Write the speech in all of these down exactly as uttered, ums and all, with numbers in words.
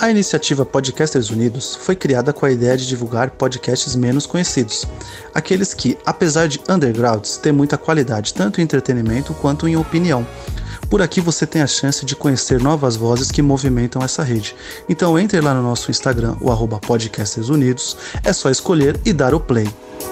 A iniciativa Podcasters Unidos foi criada com a ideia de divulgar podcasts menos conhecidos, aqueles que, apesar de undergrounds, têm muita qualidade tanto em entretenimento quanto em opinião. Por aqui você tem a chance de conhecer novas vozes que movimentam essa rede. Então entre lá no nosso Instagram, o arroba Podcasters Unidos, é só escolher e dar o play.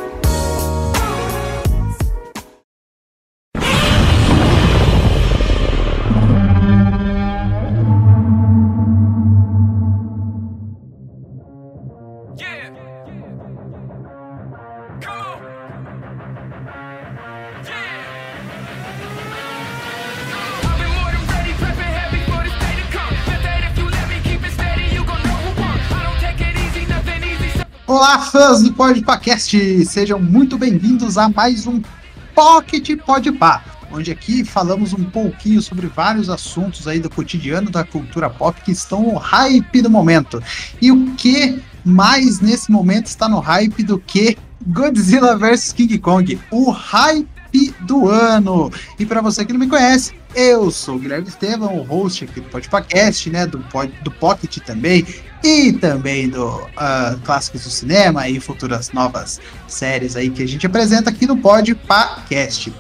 Olá, fãs do PodPacast! Sejam muito bem-vindos a mais um Pocket Podpah, onde aqui falamos um pouquinho sobre vários assuntos aí do cotidiano da cultura pop que estão no hype do momento. E o que mais nesse momento está no hype do que Godzilla versus King Kong? O hype do ano! E para você que não me conhece, eu sou o Guilherme Estevam, o host aqui do PodPacast, né, do, pod, do Pocket também, e também do uh, Clássicos do Cinema e futuras novas séries aí que a gente apresenta aqui no PodPacast. Uh,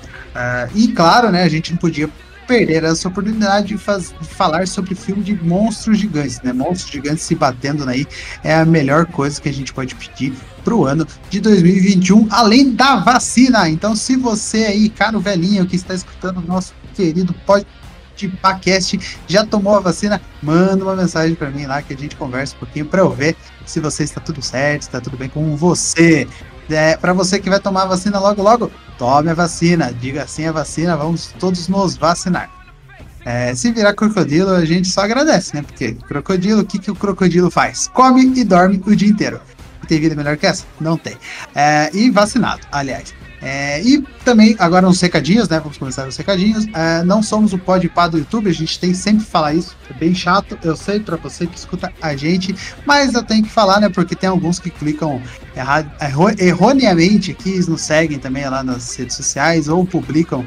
e claro, né, a gente não podia perder essa oportunidade de, faz, de falar sobre filme de monstros gigantes, né? Monstros gigantes se batendo aí é a melhor coisa que a gente pode pedir pro ano de dois mil e vinte e um, além da vacina. Então, se você aí, caro velhinho que está escutando o nosso querido PodPacast, já tomou a vacina, manda uma mensagem para mim lá que a gente conversa um pouquinho para eu ver se você está tudo certo, está tudo bem com você. É, para você que vai tomar a vacina logo logo, tome a vacina, diga sim a vacina, vamos todos nos vacinar. É, se virar crocodilo, a gente só agradece, né? Porque crocodilo, o que, que o crocodilo faz? Come e dorme o dia inteiro. Tem vida melhor que essa? Não tem. É, e vacinado, aliás. É, e também, agora uns recadinhos, né? Vamos começar os recadinhos. É, não somos o Podpah do YouTube, a gente tem sempre que falar isso. É bem chato, eu sei, pra você que escuta a gente, mas eu tenho que falar, né? Porque tem alguns que clicam erra, erro, erroneamente aqui, nos seguem também lá nas redes sociais ou publicam.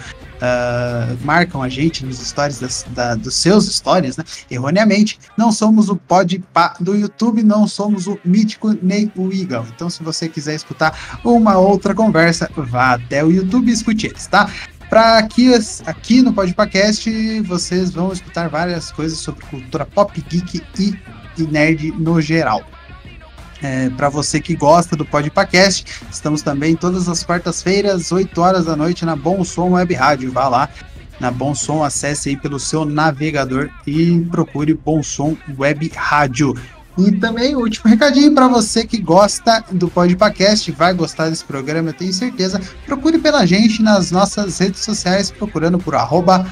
Uh, marcam a gente nos stories das, da, dos seus stories, né? Erroneamente, não somos o Podpah do YouTube, não somos o Mítico nem o Eagle. Então, se você quiser escutar uma outra conversa, vá até o YouTube e escute eles, tá? Para aqui, aqui no PodPacast, vocês vão escutar várias coisas sobre cultura pop, geek e, e nerd no geral. É, para você que gosta do PodPacast, estamos também todas as quartas-feiras, oito horas da noite, na Bom Som Web Rádio. Vá lá na Bom Som, acesse aí pelo seu navegador e procure Bom Som Web Rádio. E também o último recadinho para você que gosta do PodPacast, vai gostar desse programa, eu tenho certeza. Procure pela gente nas nossas redes sociais, procurando por arroba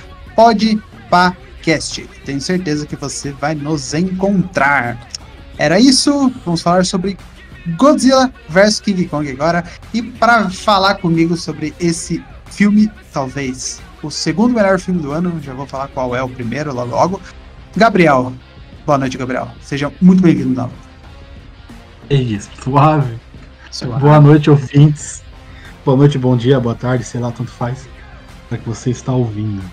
PodPacast. Tenho certeza que você vai nos encontrar. Era isso, vamos falar sobre Godzilla versus King Kong agora. E para falar comigo sobre esse filme, talvez o segundo melhor filme do ano, já vou falar qual é o primeiro logo logo, Gabriel. Boa noite, Gabriel. Seja muito bem-vindo, Nova. É isso, suave. suave. Boa noite, ouvintes. Boa noite, bom dia, boa tarde, sei lá, tanto faz. Para que você está ouvindo.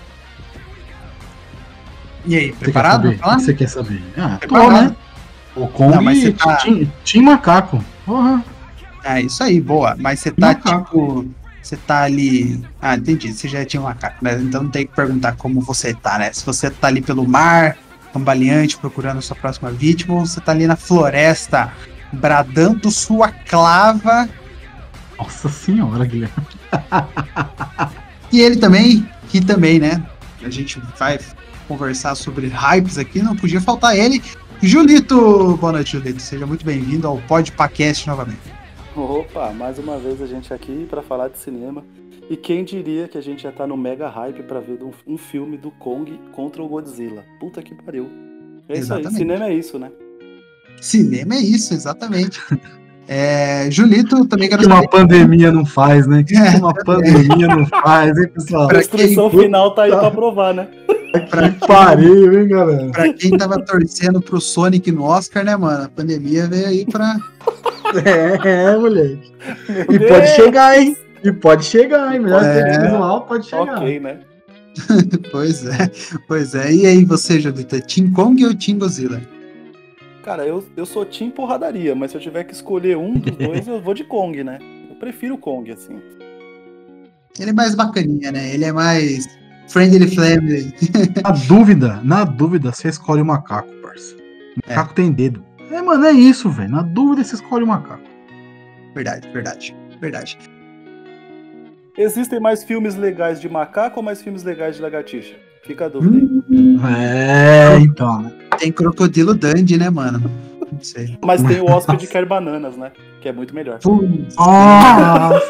E aí, preparado? O que você quer saber? Ah, preparado. Tô, né? O Kong Não, mas você tá... tinha macaco. Porra. É isso aí, boa. Mas você tá macaco. tipo. Você tá ali. Ah, entendi. Você já tinha um macaco, né? Então não tem que perguntar como você tá, né? Se você tá ali pelo mar, cambaleante, procurando a sua próxima vítima, ou você tá ali na floresta, bradando sua clava. Nossa senhora, Guilherme. E ele também, que também, né? A gente vai conversar sobre hypes aqui, não podia faltar ele. Julito! Boa noite, Julito. Seja muito bem-vindo ao PodPacast novamente. Opa, mais uma vez a gente aqui para falar de cinema. E quem diria que a gente já tá no mega hype para ver um, um filme do Kong contra o Godzilla. Puta que pariu. É isso exatamente. Aí, cinema é isso, né? Cinema é isso, exatamente. É, Julito, também quero que saber... uma pandemia não faz, né? Que é, uma pandemia não faz, hein, pessoal? A instrução quem... final tá aí pra provar, né? Pra que pariu, hein, galera? Pra quem tava torcendo pro Sonic no Oscar, né, mano? A pandemia veio aí pra... É, é, moleque. Meu e Deus. Pode chegar, hein? E pode chegar, hein? Melhor é... que visual, pode chegar. Ok, né? Pois é, pois é. E aí, você, Julito, é Team Kong ou Team Godzilla? Cara, eu, eu sou team porradaria, mas se eu tiver que escolher um dos dois, eu vou de Kong, né? Eu prefiro o Kong, assim. Ele é mais bacaninha, né? Ele é mais friendly family. Na dúvida, na dúvida, você escolhe o macaco, parça. O macaco é. tem dedo. É, mano, é isso, velho. Na dúvida, você escolhe o macaco. Verdade, verdade, verdade. Existem mais filmes legais de macaco ou mais filmes legais de lagartixa? Fica a dúvida aí. Hum, é, então, né? Tem Crocodilo Dundee, né, mano? Não sei. Mas tem o Hóspede Quer Bananas, né? Que é muito melhor. Nossa!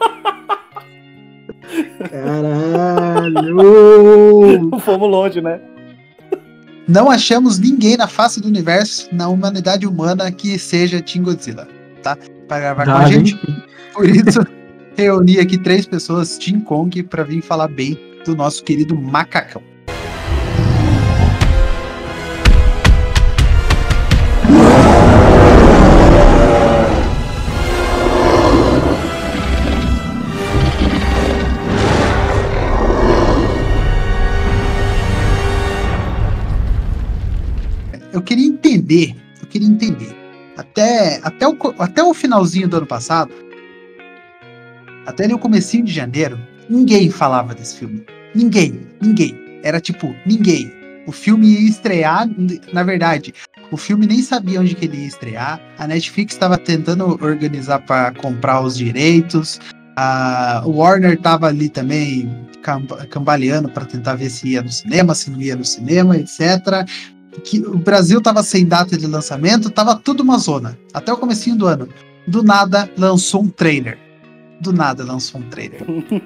Caralho! Fomos longe, né? Não achamos ninguém na face do universo, na humanidade humana, que seja Team Godzilla, tá? Pra gravar Dá, com a gente. gente. Por isso, reuni aqui três pessoas, Team Kong, pra vir falar bem do nosso querido macacão. Eu queria entender, eu queria entender, até, até, o, até o finalzinho do ano passado, até ali o comecinho de janeiro, ninguém falava desse filme, ninguém, ninguém, era tipo, ninguém, o filme ia estrear, na verdade, o filme nem sabia onde que ele ia estrear, a Netflix estava tentando organizar para comprar os direitos, a Warner estava ali também cambaleando para tentar ver se ia no cinema, se não ia no cinema, etcétera, que o Brasil tava sem data de lançamento, tava tudo uma zona, até o comecinho do ano. Do nada, lançou um trailer. Do nada, lançou um trailer.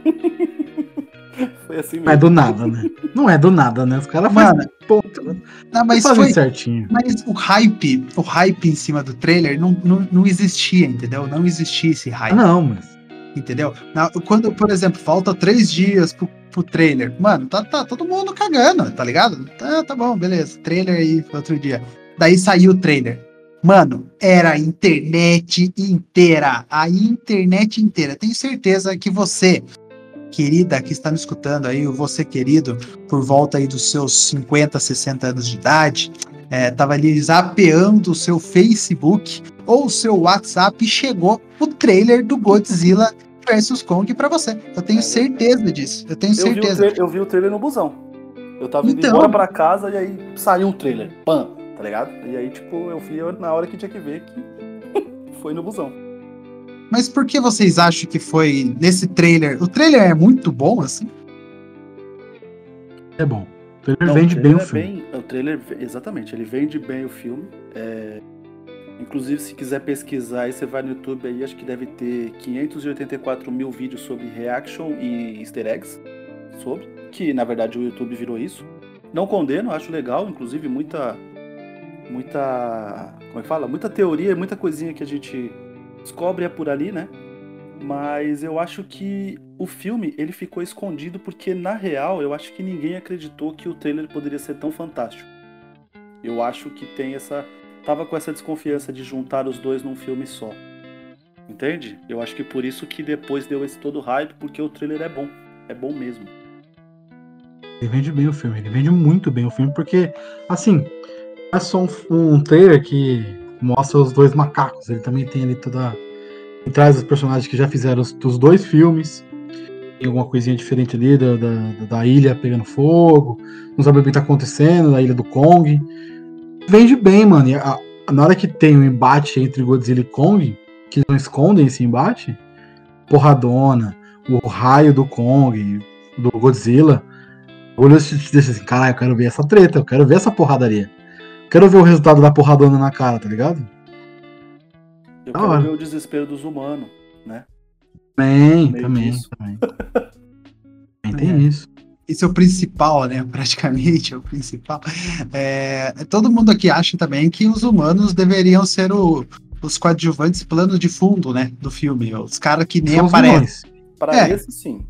Foi assim mesmo. Não é do nada, né? Não é do nada, né? Os caras fazem ponto, né? Não, mas foi certinho. Mas o hype, o hype em cima do trailer não, não, não existia, entendeu? Não existia esse hype. Não, mas... Entendeu? Quando, por exemplo, falta três dias pro, pro trailer, mano, tá, tá todo mundo cagando, tá ligado? Tá, tá bom, beleza, trailer aí, outro dia. Daí saiu o trailer. Mano, era a internet inteira, a internet inteira. Tenho certeza que você, querida, que está me escutando aí, ou você, querido, por volta aí dos seus cinquenta, sessenta anos de idade, é, tava ali zapeando o seu Facebook ou o seu WhatsApp e chegou o trailer do Godzilla versus Kong pra você. Eu tenho certeza disso. Eu tenho eu certeza. Vi eu vi o trailer no busão. Eu tava indo então... embora pra casa e aí saiu o trailer. Pam, tá ligado? E aí, tipo, eu vi na hora que tinha que ver que foi no busão. Mas por que vocês acham que foi nesse trailer? O trailer é muito bom, assim? É bom. O trailer Não, vende o trailer bem o filme. É bem, o trailer, exatamente, ele vende bem o filme. É... Inclusive, se quiser pesquisar aí, você vai no YouTube aí, acho que deve ter quinhentos e oitenta e quatro mil vídeos sobre reaction e easter eggs, sobre, que na verdade o YouTube virou isso. Não condeno, acho legal, inclusive muita, muita, como é que fala? Muita teoria, muita coisinha que a gente descobre é por ali, né? Mas eu acho que o filme, ele ficou escondido porque, na real, eu acho que ninguém acreditou que o trailer poderia ser tão fantástico. Eu acho que tem essa... Tava com essa desconfiança de juntar os dois num filme só. Entende? Eu acho que por isso que depois deu esse todo hype, porque o trailer é bom. É bom mesmo. Ele vende bem o filme, ele vende muito bem o filme, porque, assim, é só um, um trailer que mostra os dois macacos. Ele também tem ali toda... Ele traz os personagens que já fizeram os, dos dois filmes. Tem alguma coisinha diferente ali da, da, da ilha pegando fogo. Não sabe o que tá acontecendo, da ilha do Kong. Vende bem, mano. E a, a, na hora que tem um embate entre Godzilla e Kong, que não escondem esse embate, porradona, o raio do Kong, do Godzilla, olha e te deixa assim, caralho, eu quero ver essa treta, eu quero ver essa porradaria. Eu quero ver o resultado da porradona na cara, tá ligado? Eu quero ah, ver o desespero dos humanos, né? Também, também, também. Também tem é. isso. Esse é o principal, né? Praticamente é o principal. É, todo mundo aqui acha também que os humanos deveriam ser o, os coadjuvantes plano de fundo, né? Do filme. Os caras que nem aparecem. Para é. esse, sim.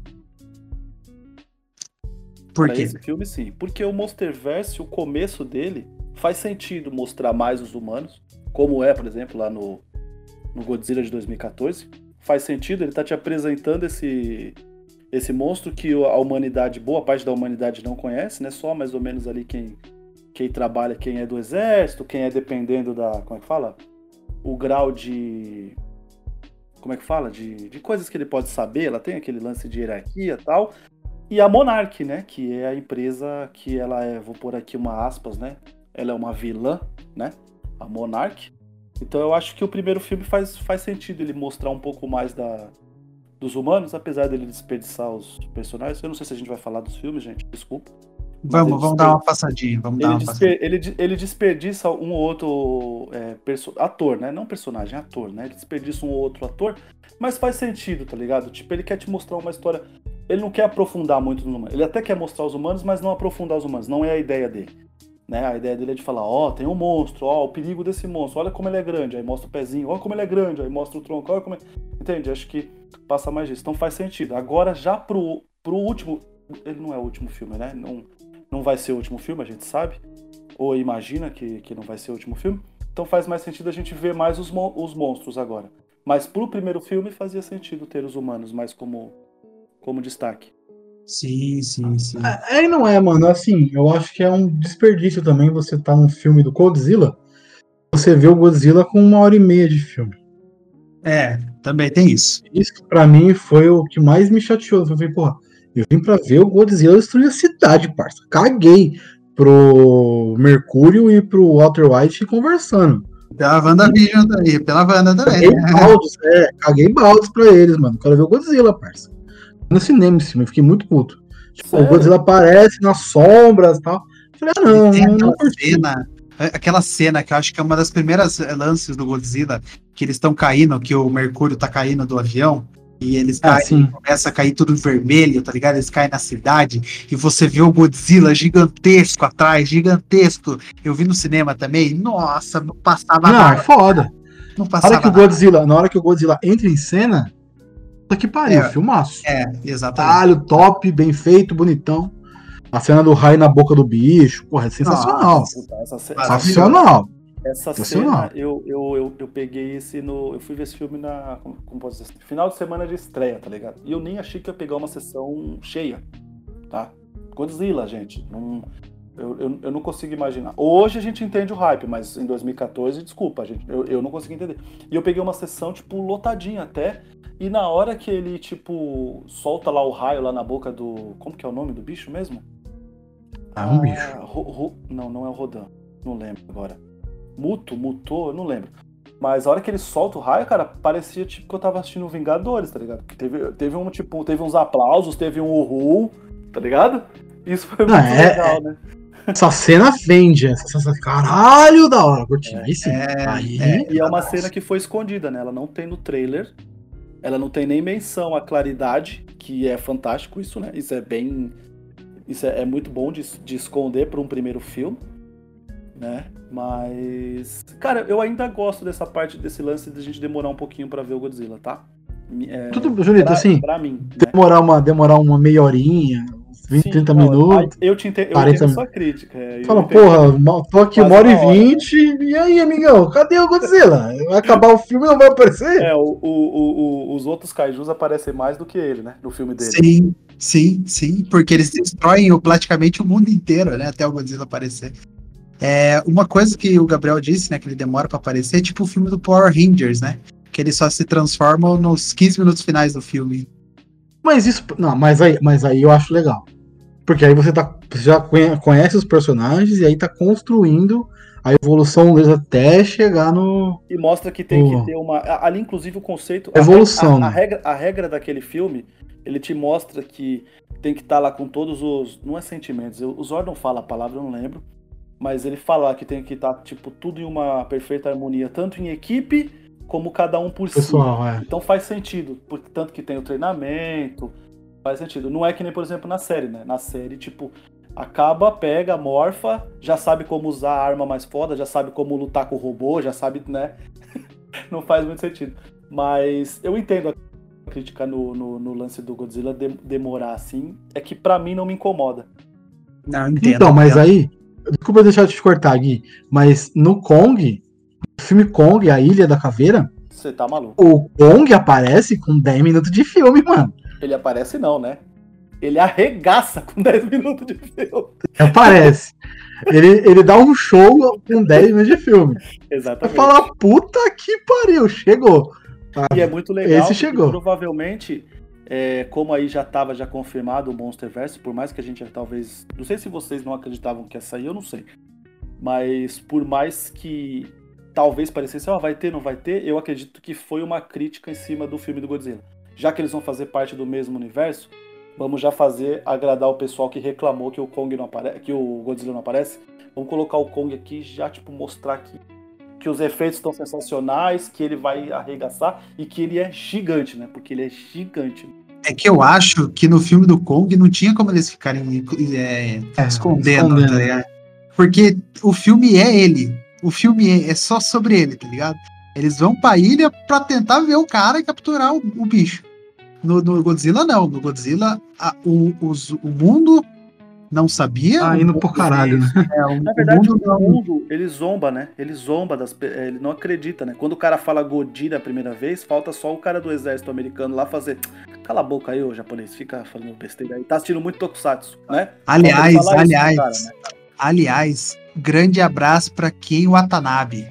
Por pra quê? esse filme, sim. Porque o Monsterverse, o começo dele, faz sentido mostrar mais os humanos, como é, por exemplo, lá no, no Godzilla de dois mil e catorze. Faz sentido, ele tá te apresentando esse... esse monstro que a humanidade, boa parte da humanidade não conhece, né? Só mais ou menos ali quem, quem trabalha, quem é do exército, quem é dependendo da... Como é que fala? O grau de... Como é que fala? De, de coisas que ele pode saber, ela tem aquele lance de hierarquia e tal. E a Monarch, né? Que é a empresa que ela é, vou pôr aqui uma aspas, né? Ela é uma vilã, né? A Monarch. Então eu acho que o primeiro filme faz, faz sentido ele mostrar um pouco mais da, dos humanos, apesar dele desperdiçar os personagens. Eu não sei se a gente vai falar dos filmes, gente, desculpa. Vamos, vamos dar uma passadinha. Vamos ele, dar uma desper, passadinha. ele, ele desperdiça um ou outro é, perso, ator, né? Não personagem, ator, né? Ele desperdiça um ou outro ator, mas faz sentido, tá ligado? Tipo, ele quer te mostrar uma história. Ele não quer aprofundar muito no humano. Ele até quer mostrar os humanos, mas não aprofundar os humanos. Não é a ideia dele. Né? A ideia dele é de falar, ó, oh, tem um monstro, ó, oh, o perigo desse monstro, olha como ele é grande, aí mostra o pezinho, olha como ele é grande, aí mostra o tronco, olha como é... Entende? Acho que passa mais disso. Então faz sentido. Agora, já pro, pro último... Ele não é o último filme, né? Não, não vai ser o último filme, a gente sabe. Ou imagina que, que não vai ser o último filme. Então faz mais sentido a gente ver mais os, mo- os monstros agora. Mas pro primeiro filme fazia sentido ter os humanos mais como, como destaque. Sim, sim, sim. É, não é, mano. Assim, eu acho que é um desperdício também você tá num filme do Godzilla, você vê o Godzilla com uma hora e meia de filme. É, também tem isso. Isso, pra mim, foi o que mais me chateou. Eu falei, porra, eu vim pra ver o Godzilla destruir a cidade, parça. Caguei pro Mercúrio e pro Walter White conversando. Pela WandaVision também, pela Wanda também. Caguei baldes, é, caguei baldes pra eles, mano. Quero ver o Godzilla, parça. No cinema esse filme, eu fiquei muito puto. Tipo, Sério? o Godzilla aparece nas sombras e tal. Eu falei, ah, não, Tem não, não aquela curti. cena, aquela cena que eu acho que é uma das primeiras lances do Godzilla, que eles estão caindo, que o Mercúrio tá caindo do avião, e eles Ah, caem, sim. começa a cair tudo em vermelho, tá ligado? Eles caem na cidade, e você vê o Godzilla gigantesco atrás, gigantesco. Eu vi no cinema também, nossa, não passava Não, é nada, foda. não Na passava hora que o nada. Godzilla, na hora que o Godzilla entra em cena, puta que pariu, É. filmaço. É, exatamente. Caralho, top, bem feito, bonitão. A cena do raio na boca do bicho, porra, é sensacional. Puta, essa, ce- Sensacional. essa Sensacional. cena, eu, eu, eu, eu peguei esse no... Eu fui ver esse filme na... Como, como posso dizer assim? Final de semana de estreia, tá ligado? E eu nem achei que ia pegar uma sessão cheia, tá? Godzilla, gente. Não, eu, eu, eu não consigo imaginar. Hoje a gente entende o hype, mas em dois mil e catorze, desculpa, gente, eu, eu não consegui entender. E eu peguei uma sessão, tipo, lotadinha até... E na hora que ele, tipo, solta lá o raio lá na boca do... Como que é o nome do bicho mesmo? Ah, um bicho. Ro, ro, não, não é o Rodan. Não lembro agora. Muto, mutou, eu não lembro. Mas a hora que ele solta o raio, cara, parecia tipo que eu tava assistindo Vingadores, tá ligado? Porque teve, teve um, tipo, teve uns aplausos, teve um uhul, tá ligado? Isso foi Não, muito é- legal, né? Essa cena vende, essa, essa, caralho da hora, curti. Aí sim. É, Aí. é. E é uma cena que foi escondida, né? Ela não tem no trailer. Ela não tem nem menção à claridade, que é fantástico isso, né? Isso é bem... Isso é, é muito bom de, de esconder para um primeiro filme, né? Mas... Cara, eu ainda gosto dessa parte, desse lance de a gente demorar um pouquinho para ver o Godzilla, tá? É, Tudo, Julito, pra, assim, pra mim, né? demorar uma, demorar uma meia horinha, uns vinte, Sim, trinta não, minutos. Eu te entendo, eu quarenta entendo sua crítica. é, eu Fala, entendo. porra, ma- tô aqui Quase uma hora e uma hora, vinte, e aí, amigão, cadê o Godzilla? Vai acabar o filme e não vai aparecer? É, o, o, o, o- os outros kaijus aparecem mais do que ele, né? No filme dele. Sim, sim, sim, porque eles destroem o- praticamente o mundo inteiro, né? Até o Godzilla aparecer. É, uma coisa que o Gabriel disse, né? Que ele demora pra aparecer, é tipo o filme do Power Rangers, né? Que eles só se transformam nos quinze minutos finais do filme. Mas isso, não, mas aí, mas aí eu acho legal. Porque aí você, tá, você já conhe- conhece os personagens e aí tá construindo a evolução deles até chegar no. E mostra que tem Oh. que ter uma. a- Ali, inclusive, o conceito. a- Evolução, A, a, né? a regra, a regra daquele filme, ele te mostra que tem que estar lá com todos os. Não é sentimentos. eu- O Zordon fala a palavra, eu não lembro. Mas ele fala que tem que estar, tipo, tudo em uma perfeita harmonia, tanto em equipe como cada um por si. Pessoal, é. Então faz sentido, porque tanto que tem o treinamento, faz sentido. Não é que nem, por exemplo, na série, né? Na série, tipo, acaba, pega, morfa, já sabe como usar a arma mais foda, já sabe como lutar com o robô, já sabe, né? Não faz muito sentido. Mas eu entendo a crítica no, no, no lance do Godzilla de- demorar assim, é que pra mim não me incomoda. Não, entendo. Então, mas entendo. aí. Desculpa deixar de te cortar, Gui. Mas no Kong, no filme Kong, A Ilha da Caveira, Você tá maluco. o Kong aparece com dez minutos de filme, mano. Ele aparece não, né? Ele arregaça com dez minutos de filme. Aparece. Ele, ele dá um show com dez minutos de filme. Exatamente. Vai falar, puta que pariu, chegou. E é muito legal, Esse chegou. Provavelmente, é, como aí já estava já confirmado o Monsterverse, por mais que a gente talvez... Não sei se vocês não acreditavam que ia sair, eu não sei. Mas por mais que talvez parecesse, ó, oh, vai ter, não vai ter, eu acredito que foi uma crítica em cima do filme do Godzilla. Já que eles vão fazer parte do mesmo universo, vamos já fazer agradar o pessoal que reclamou que o Kong não aparece, que o Godzilla não aparece. Vamos colocar o Kong aqui e já, tipo, mostrar que, que os efeitos estão sensacionais, que ele vai arregaçar e que ele é gigante, né? Porque ele é gigante. É que eu acho que no filme do Kong não tinha como eles ficarem é, é, escondendo, escondendo, tá ligado? Porque o filme é ele. O filme é, é só sobre ele, tá ligado? Eles vão pra ilha pra tentar ver o cara e capturar o, o bicho. No, no Godzilla, não. No Godzilla, a, o, os, o mundo não sabia. Ah, indo pro caralho, né? É, o, Na verdade, o mundo, o mundo, ele zomba, né? Ele zomba, das, ele não acredita, né? Quando o cara fala Godzilla a primeira vez, falta só o cara do exército americano lá fazer... Cala a boca aí, ô japonês, fica falando besteira aí. Tá assistindo muito Tokusatsu, né? Aliás, aliás, cara, né? aliás, grande abraço pra Ken Watanabe.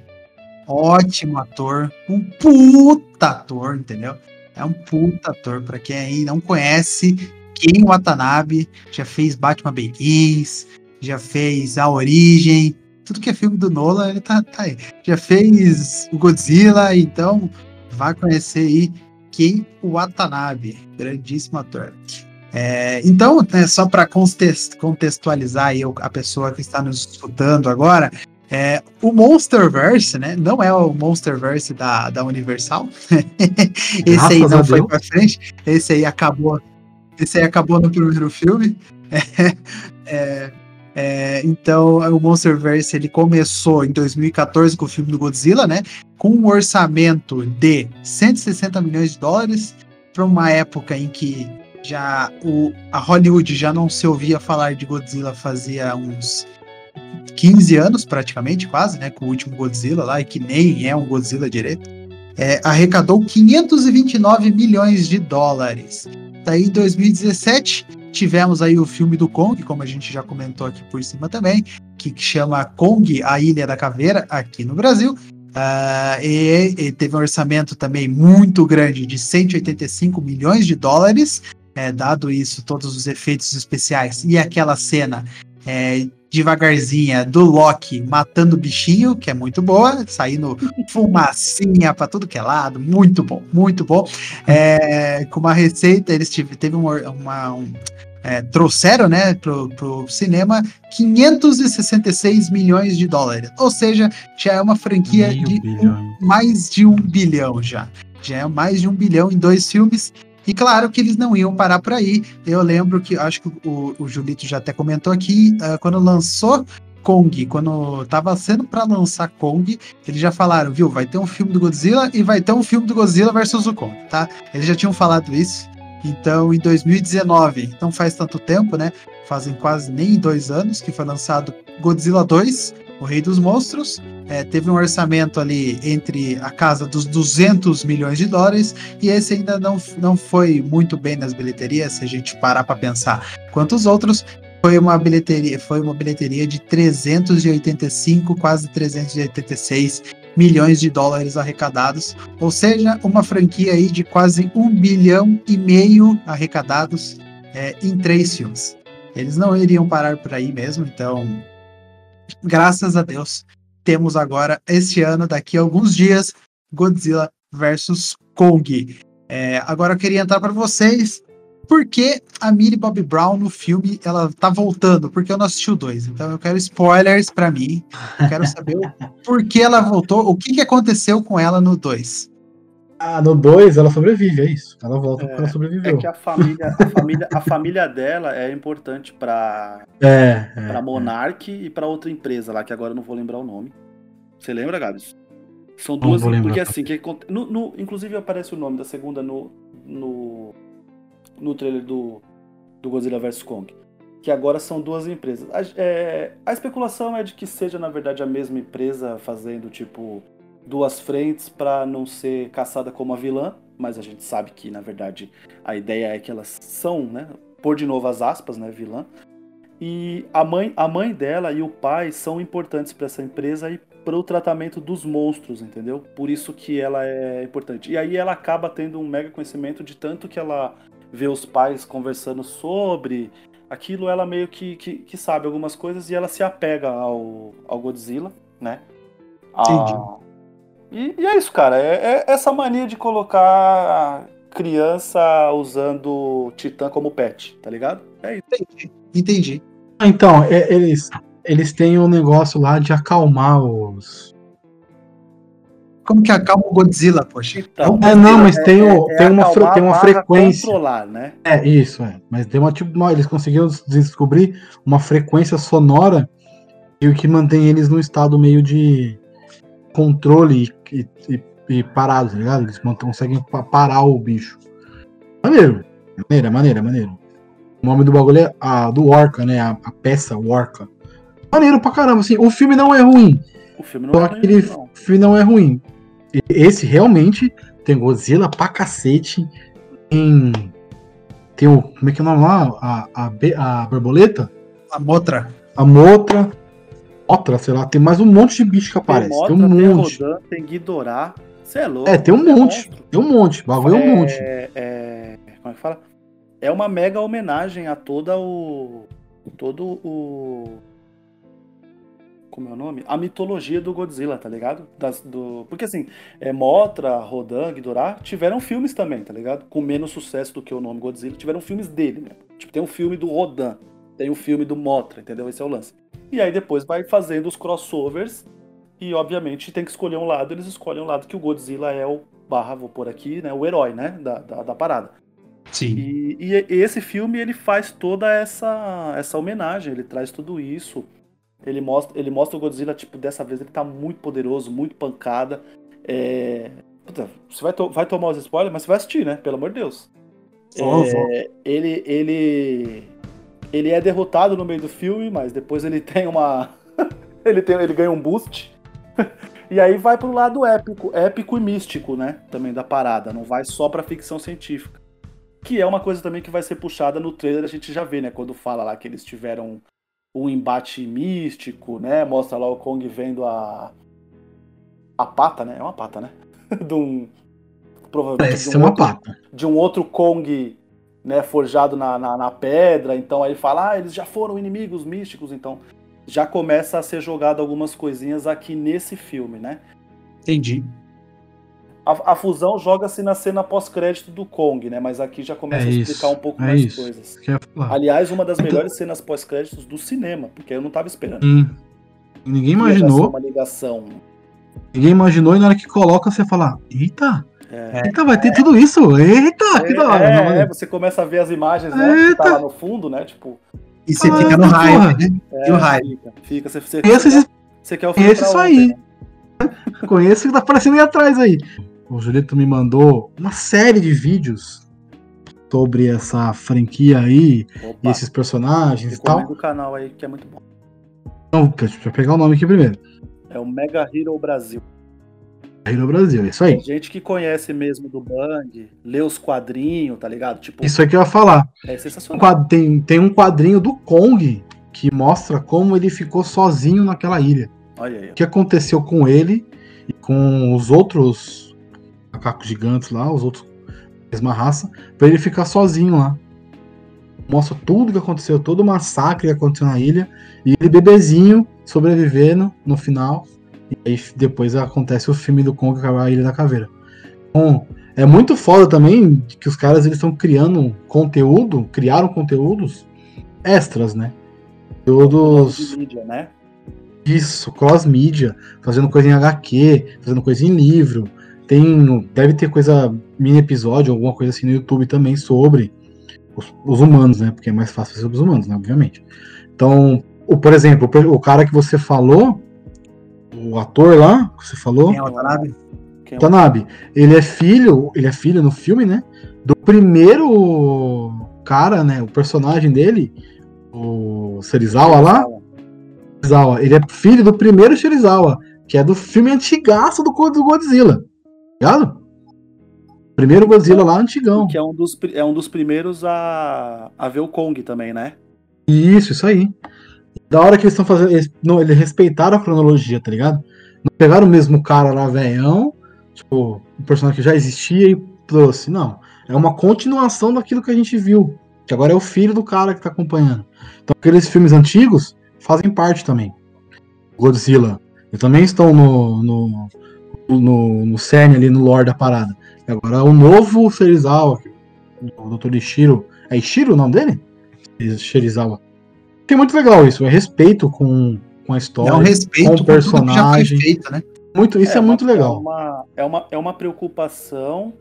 Ótimo ator, um puta ator, entendeu? É um puta ator, pra quem aí não conhece, Ken Watanabe já fez Batman Begins, já fez A Origem, tudo que é filme do Nolan, ele tá, tá aí. Já fez o Godzilla, então vai conhecer aí Ken Watanabe, grandíssimo ator. É, então, né, só para contextualizar aí a pessoa que está nos escutando agora, é, o Monsterverse, né, não é o Monsterverse da, da Universal. Esse Graças aí não foi para frente, esse aí acabou, esse aí acabou no primeiro filme. É, é, é, então, o Monsterverse ele começou em dois mil e quatorze com o filme do Godzilla, né, com um orçamento de cento e sessenta milhões de dólares, para uma época em que já o, a Hollywood já não se ouvia falar de Godzilla fazia uns quinze anos, praticamente, quase, né? Com o último Godzilla lá, e que nem é um Godzilla direito. É, arrecadou quinhentos e vinte e nove milhões de dólares. Daí, em dois mil e dezessete, tivemos aí o filme do Kong, como a gente já comentou aqui por cima também, que, que chama Kong, a Ilha da Caveira, aqui no Brasil. Uh, e, e teve um orçamento também muito grande de cento e oitenta e cinco milhões de dólares. É, dado isso, todos os efeitos especiais e aquela cena é, devagarzinha do Loki matando o bichinho, que é muito boa, saindo fumacinha pra tudo que é lado, muito bom, muito bom. É, com uma receita, eles tive, teve uma, uma um, é, trouxeram, né, pro, pro cinema quinhentos e sessenta e seis milhões de dólares, ou seja, já é uma franquia Meio de um, mais de um bilhão já, já é mais de um bilhão em dois filmes. E claro que eles não iam parar por aí. Eu lembro que, acho que o, o Julito já até comentou aqui, uh, quando lançou Kong, quando tava sendo para lançar Kong, eles já falaram, viu, vai ter um filme do Godzilla e vai ter um filme do Godzilla versus o Kong, tá? Eles já tinham falado isso. Então, em dois mil e dezenove, não faz tanto tempo, né? Fazem quase nem dois anos que foi lançado Godzilla dois, O Rei dos Monstros. É, teve um orçamento ali entre a casa dos duzentos milhões de dólares, e esse ainda não, não foi muito bem nas bilheterias, se a gente parar para pensar. Quanto os outros, foi uma bilheteria, foi uma bilheteria de trezentos e oitenta e cinco, quase trezentos e oitenta e seis milhões de dólares arrecadados, ou seja, uma franquia aí de quase um bilhão e meio arrecadados é, em três filmes. Eles não iriam parar por aí mesmo, então, graças a Deus, temos agora, este ano, daqui a alguns dias, Godzilla versus Kong. É, agora eu queria entrar para vocês, por que a Millie Bobby Brown no filme, ela tá voltando? Porque eu não assisti o dois, então eu quero spoilers para mim, eu quero saber o por que ela voltou, o que, que aconteceu com ela no dois. Ah, no dois ela sobrevive, é isso. Ela volta é, porque ela sobreviveu. É que a família, a família, a família dela é importante pra, é, é, pra Monarch é. e pra outra empresa lá, que agora eu não vou lembrar o nome. Você lembra, Gabs? São duas, porque assim, que, no, no, inclusive aparece o nome da segunda no, no, no trailer do, do Godzilla versus. Kong. Que agora são duas empresas. A, é, a especulação é de que seja, na verdade, a mesma empresa fazendo, tipo, duas frentes para não ser caçada como a vilã, mas a gente sabe que, na verdade, a ideia é que elas são, né, pôr de novo as aspas, né, vilã. E a mãe, a mãe dela e o pai são importantes para essa empresa e para o tratamento dos monstros, entendeu? Por isso que ela é importante. E aí ela acaba tendo um mega conhecimento de tanto que ela vê os pais conversando sobre aquilo, ela meio que, que, que sabe algumas coisas e ela se apega ao, ao Godzilla, né? Entendi. A... E, e é isso, cara. É, é essa mania de colocar criança usando Titã como pet, tá ligado? É isso. Entendi. Entendi. Então, é, eles, eles têm um negócio lá de acalmar os. Como que acalma o Godzilla, poxa? Então, É, não, mas tem, o, é tem uma, fre- acalmar tem uma barra frequência. controlar, né? É, isso, é. Mas tem uma, tipo, uma- eles conseguiram descobrir uma frequência sonora e o que mantém eles num estado meio de controle e, e, e parado, tá ligado? Eles mant- conseguem pa- parar o bicho. Maneiro. Maneiro, maneiro, maneiro. O nome do bagulho é a, do Orca, né? A, a peça Orca. Maneiro pra caramba, assim. O filme não é ruim. O filme não Só é que ruim, ele, não. o filme não é ruim. E esse realmente tem Godzilla pra cacete. Tem. Tem o. Como é que é o nome lá? A, a, be- a borboleta? A Motra. A Motra. Motra, sei lá. Tem mais um monte de bicho que Tem aparece. Mothra, Tem um tem monte. Rodan, tem Ghidorah. Você é louco. É, tem um é monte. monstro. Tem um monte. O bagulho é um monte. É, é- como é que fala? É uma mega homenagem a toda o. Todo o. Como é o nome? A mitologia do Godzilla, tá ligado? Das, do, porque assim, é, Mothra, Rodan, Ghidorah tiveram filmes também, tá ligado? Com menos sucesso do que o nome Godzilla, tiveram filmes dele, né? Tipo, tem um filme do Rodan, tem um filme do Mothra, entendeu? Esse é o lance. E aí depois vai fazendo os crossovers e, obviamente, tem que escolher um lado, eles escolhem um lado que o Godzilla é o, barra, vou pôr aqui, né? O herói, né? Da, da, da parada. Sim. E, e esse filme, ele faz toda essa, essa homenagem, ele traz tudo isso. Ele mostra, ele mostra o Godzilla, tipo, dessa vez ele tá muito poderoso, muito pancada. É... Puta, você vai, to- vai tomar os spoilers, mas você vai assistir, né? Pelo amor de Deus. Vou, É, vou. Ele, ele, ele é derrotado no meio do filme, mas depois ele tem uma... ele, tem, ele ganha um boost. E aí vai pro lado épico, épico e místico, né? Também da parada. Não vai só pra ficção científica. Que é uma coisa também que vai ser puxada no trailer, a gente já vê, né? Quando fala lá que eles tiveram um embate místico, né? Mostra lá o Kong vendo a a pata, né? É uma pata, né? de um provavelmente Parece de ser um, uma outro, pata. de um outro Kong, né? Forjado na, na, na pedra. Então aí fala, ah, eles já foram inimigos místicos. Então já começa a ser jogado algumas coisinhas aqui nesse filme, né? Entendi. A, a fusão joga-se na cena pós-crédito do Kong, né? Mas aqui já começa É a explicar isso, um pouco é mais isso. coisas. Quer falar? Aliás, uma das Então- melhores cenas pós-créditos do cinema, porque eu não tava esperando. Sim. Ninguém Ia já ser imaginou. uma ligação. Ninguém imaginou e na hora que coloca você fala, eita, É, eita, vai ter tudo isso. Eita, que da hora. é, não, é, maneiro. você começa a ver as imagens, né? Que tá Eita. lá no fundo, né? Tipo, E você Ah, fica no porra. hype, né? é, E o hype. fica, fica. Você, você, Conheço você, esses- quer, você quer o filme conheço pra isso ontem, aí. né? Conheço o que tá aparecendo aí atrás aí. O Julito me mandou uma série de vídeos sobre essa franquia aí, e Opa, esses personagens e tal. recomendo o canal aí, que é muito bom. Então, deixa eu pegar o nome aqui primeiro. É o Mega Hero Brasil. Aí no Brasil, é isso aí. Tem gente que conhece mesmo do Bang, lê os quadrinhos, tá ligado? Tipo, Isso aí que eu ia falar. é Um sensacional. quad- Tem, tem um quadrinho do Kong que mostra como ele ficou sozinho naquela ilha. Olha aí. O que aconteceu com ele e com os outros macacos gigantes lá, os outros da mesma raça, pra ele ficar sozinho lá. Mostra tudo que aconteceu, todo o massacre que aconteceu na ilha, e ele bebezinho sobrevivendo no final. E aí depois acontece o filme do Kong, a Ilha da Caveira. Então, é muito foda também que os caras eles estão criando conteúdo, criaram conteúdos extras, né? Todos. De mídia, né? Isso, cross-mídia, fazendo coisa em H Q, fazendo coisa em livro. Tem, deve ter coisa, mini episódio, alguma coisa assim no YouTube também sobre os, os humanos, né? Porque é mais fácil sobre os humanos, né? Obviamente. Então, o, por exemplo, o, o cara que você falou, o ator lá, que você falou, Quem é o Watanabe? Quem é o- Tanabe, ele é filho, ele é filho no filme, né? Do primeiro cara, né? O personagem dele, o Serizawa lá. Serizawa, ele é filho do primeiro Serizawa, que é do filme antigaço do, do Godzilla. Ligado? Primeiro Godzilla lá, antigão. Que é um dos, pri- é um dos primeiros a, a ver o Kong também, né? Isso, isso aí. Da hora que eles estão fazendo. Eles, não, eles respeitaram a cronologia, tá ligado? Não pegaram o mesmo cara lá, velhão, tipo, um personagem que já existia e trouxe. Não. É uma continuação daquilo que a gente viu. Que agora é o filho do cara que tá acompanhando. Então, aqueles filmes antigos fazem parte também. Godzilla. Eles também estão no, no, no, no cerne ali, no lore da parada. E agora o novo Serizawa, o doutor Ishiro. É Ishiro o nome dele? Serizawa. É muito legal isso, é respeito com, com a história, é um respeito com o personagem. Com feito, né? Muito, isso é, é muito uma, legal. É uma, é, uma, é uma preocupação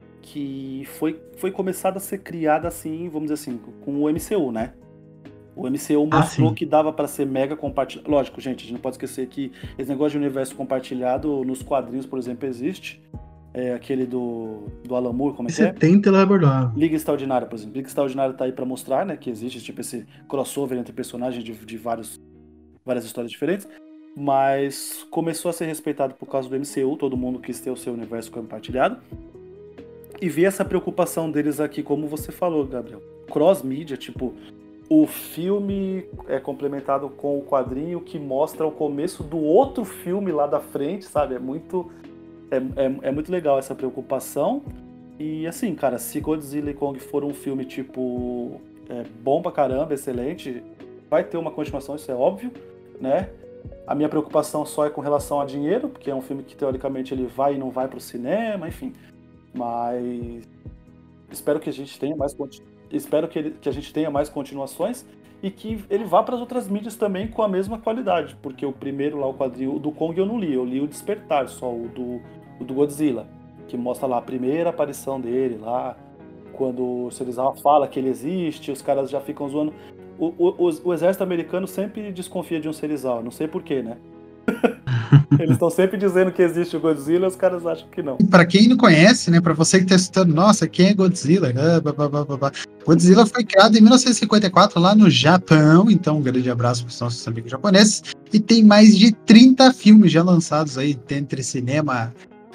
que foi, foi começada a ser criada assim, vamos dizer assim, com o M C U, né? O M C U mostrou ah, que dava para ser mega compartilhado. Lógico, gente, a gente não pode esquecer que esse negócio de universo compartilhado nos quadrinhos, por exemplo, existe. É aquele do, do Alan Moore, como é que é? Você tenta elaborar. Liga Extraordinária, por exemplo. Liga Extraordinária tá aí pra mostrar, né, que existe tipo esse crossover entre personagens de, de vários, várias histórias diferentes, mas começou a ser respeitado por causa do M C U, todo mundo quis ter o seu universo compartilhado, e ver essa preocupação deles aqui, como você falou, Gabriel. Cross-mídia, tipo, o filme é complementado com o quadrinho que mostra o começo do outro filme lá da frente, sabe? É muito... É, é, é muito legal essa preocupação. E assim, cara, se Godzilla e Kong for um filme tipo é, bom pra caramba, excelente, vai ter uma continuação, isso é óbvio, né? A minha preocupação só é com relação a dinheiro, porque é um filme que teoricamente ele vai e não vai pro cinema, enfim. Mas espero que a gente tenha mais espero que, ele, que a gente tenha mais continuações e que ele vá para as outras mídias também com a mesma qualidade, porque o primeiro lá, o quadrinho o do Kong eu não li, eu li o Despertar só, o do, o do Godzilla, que mostra lá a primeira aparição dele lá, quando o Serizawa fala que ele existe, os caras já ficam zoando. O, o, o, o exército americano sempre desconfia de um Serizawa, não sei porquê, né? Eles estão sempre dizendo que existe o Godzilla, os caras acham que não. Pra quem não conhece, né, pra você que tá escutando, nossa, quem é Godzilla? Ah, blá, blá, blá, blá. Godzilla foi criado em mil novecentos e cinquenta e quatro lá no Japão, então um grande abraço para os nossos amigos japoneses, e tem mais de trinta filmes já lançados aí, entre cinema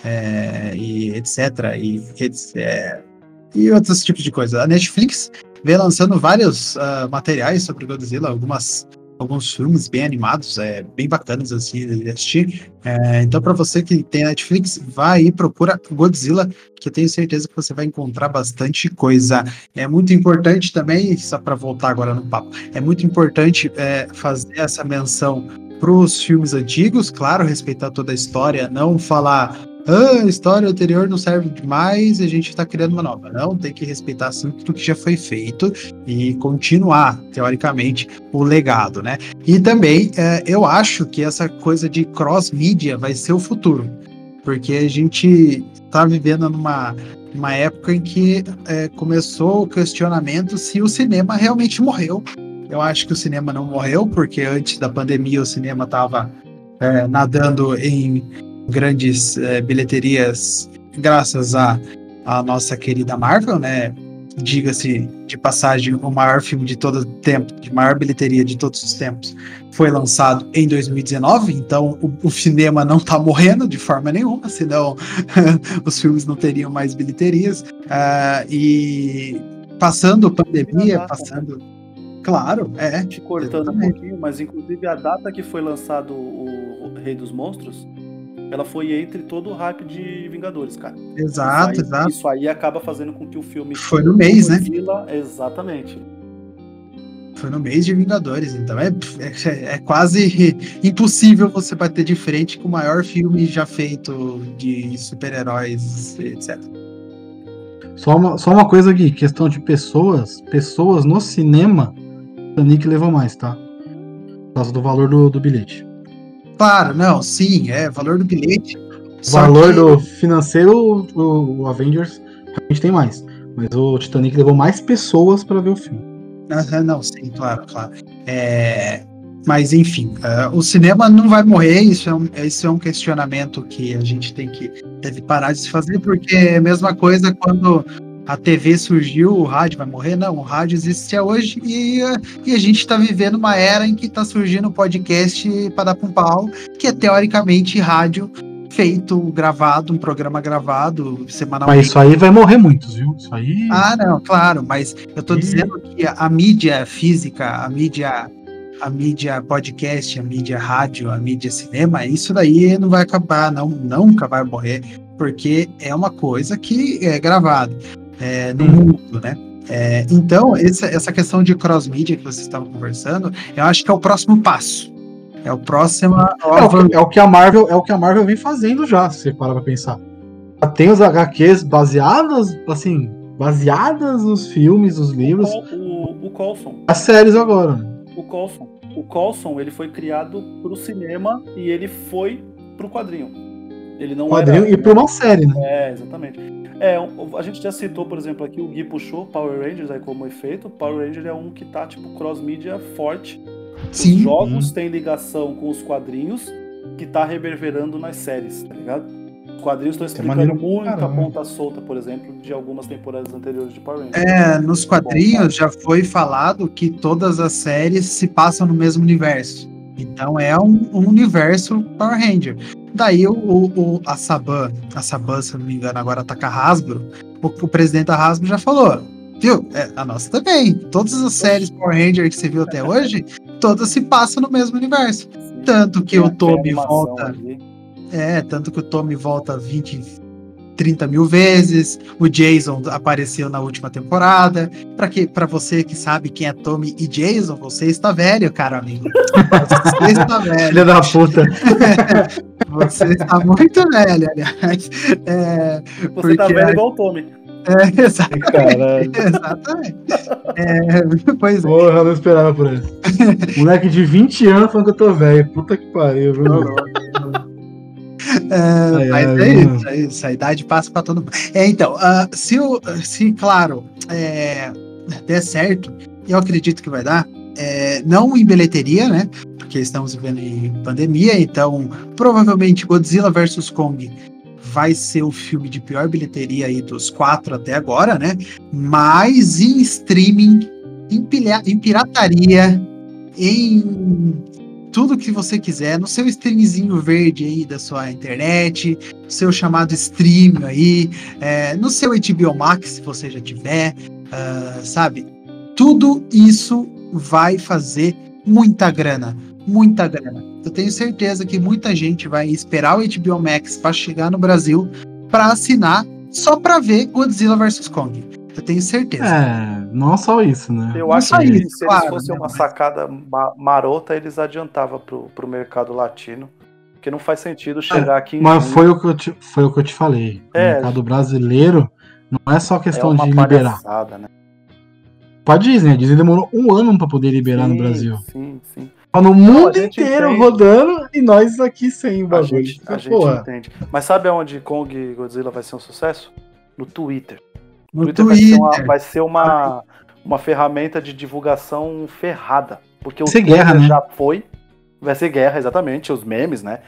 é, e etc, e, é, e outros tipos de coisa. A Netflix vem lançando vários uh, materiais sobre Godzilla, algumas alguns filmes bem animados, é, bem bacanas assim de assistir. É, então, para você que tem Netflix, vai e procura Godzilla, que eu tenho certeza que você vai encontrar bastante coisa. É muito importante também, só para voltar agora no papo, é muito importante é, fazer essa menção para os filmes antigos, claro, respeitar toda a história, não falar ah, a história anterior não serve demais e a gente está criando uma nova. Não, tem que respeitar assim tudo que já foi feito e continuar, teoricamente, o legado, né? E também, é, eu acho que essa coisa de cross-mídia vai ser o futuro, porque a gente está vivendo numa, numa época em que é, começou o questionamento se o cinema realmente morreu. Eu acho que o cinema não morreu, porque antes da pandemia o cinema estava é, nadando em grandes é, bilheterias graças à a, a nossa querida Marvel, né? Diga-se de passagem, o maior filme de todo tempo, de maior bilheteria de todos os tempos, foi lançado em dois mil e dezenove, então o, o cinema não tá morrendo de forma nenhuma, senão os filmes não teriam mais bilheterias. Uh, e passando a pandemia, passando... Claro, é. Te cortando exatamente. Um pouquinho, mas inclusive a data que foi lançado o, o Rei dos Monstros, ela foi entre todo o hype de Vingadores, cara. Exato, isso aí, exato. Isso aí acaba fazendo com que o filme... Foi no mês, Godzilla, né? Exatamente. Foi no mês de Vingadores, então é, é, é quase impossível você bater de frente com o maior filme já feito de super-heróis, etcétera. Só uma, só uma coisa aqui, questão de pessoas, pessoas no cinema, o Titanic levou mais, tá? Por causa do valor do, do bilhete. Claro, não, sim, é, valor do bilhete. O valor que... do financeiro, o, o Avengers realmente tem mais. Mas o Titanic levou mais pessoas para ver o filme. Ah, não, sim, claro, claro. É, mas, enfim, uh, o cinema não vai morrer, isso é, um, isso é um questionamento que a gente tem que deve parar de se fazer, porque é a mesma coisa quando a T V surgiu, o rádio vai morrer? Não, o rádio existe até hoje e, e a gente está vivendo uma era em que está surgindo o podcast para dar com pau, que é teoricamente rádio feito, gravado, um programa gravado semanalmente. Mas isso aí vai morrer muitos, viu? Isso aí. Ah, não, claro, mas eu tô E... dizendo que a, a mídia física, a mídia, a mídia podcast, a mídia rádio, a mídia cinema, isso daí não vai acabar, não, nunca vai morrer, porque é uma coisa que é gravada é, no hum. mundo, né? É, então, essa, essa questão de cross-mídia que vocês estavam conversando, eu acho que é o próximo passo. É o próximo. É o, que, é o que a Marvel, é o que a Marvel vem fazendo já, se você parar pra pensar. Já tem os H Qs baseadas, assim, baseadas nos filmes, nos livros. O, o, o Coulson. As séries agora. O Coulson. O Coulson, ele foi criado pro cinema e ele foi pro quadrinho. Ele não quadrinho era, e pra uma série, né? É, exatamente. É, a gente já citou, por exemplo, aqui o Gui puxou Power Rangers aí como efeito. Power Ranger é um que tá, tipo, cross-mídia forte. Sim. Os jogos hum. têm ligação com os quadrinhos que tá reverberando nas séries, tá ligado? Os quadrinhos estão explicando muita caramba. ponta solta, por exemplo, de algumas temporadas anteriores de Power Rangers. É, nos quadrinhos já foi falado que todas as séries se passam no mesmo universo. Então é um, um universo Power Ranger. Daí o, o, a Saban, a Saban, se eu não me engano, agora tá com a Hasbro, o, o presidente da Hasbro já falou, viu? É, a nossa também. Todas as séries Power Ranger que você viu até hoje, todas se passam no mesmo universo. Tanto que o Tommy volta. Ali. É, tanto que o Tommy volta vinte, trinta mil vezes. O Jason apareceu na última temporada. Pra, que, pra você que sabe quem é Tommy e Jason, você está velho, cara amigo. Você está velho. Filha da puta. Você está muito velho, aliás. É, você tá velho igual o Tommy. É, exatamente. Exatamente. É, pois é. Porra, eu não esperava por isso. Moleque de vinte anos falando que eu tô velho. Puta que pariu, viu? É, ai, mas ai, é, isso, é isso, a idade passa pra todo mundo. É, então, uh, se, o, se, claro, é, der certo, eu acredito que vai dar, é, não em bilheteria, né? Porque estamos vivendo em pandemia, então provavelmente Godzilla versus. Kong vai ser o filme de pior bilheteria aí dos quatro até agora, né? Mas em streaming, em, pilha, em pirataria, em tudo que você quiser, no seu streamzinho verde aí da sua internet, seu chamado stream aí, é, no seu H B O Max, se você já tiver, uh, sabe? Tudo isso vai fazer muita grana, muita grana. Eu tenho certeza que muita gente vai esperar o H B O Max para chegar no Brasil para assinar só para ver Godzilla versus. Kong. Eu tenho certeza. É, não só isso, né? Eu acho que isso, se claro, eles fossem né, uma mas... sacada marota, eles adiantavam pro, pro mercado latino. Porque não faz sentido chegar é, aqui em Mas foi o, que eu te, foi o que eu te falei. É, o mercado brasileiro não é só questão é de liberar. Né? Pra Disney, a Disney demorou um ano pra poder liberar sim, no Brasil. Sim, sim. Tá no mundo não, inteiro entende. Rodando e nós aqui sem bagulho. A gente, a gente entende. Mas sabe aonde Kong e Godzilla vai ser um sucesso? No Twitter. No Twitter, Twitter. Vai ser, uma, vai ser uma, uma ferramenta de divulgação ferrada. Porque o Twitter guerra, né? já foi. Vai ser guerra, exatamente. Os memes, né?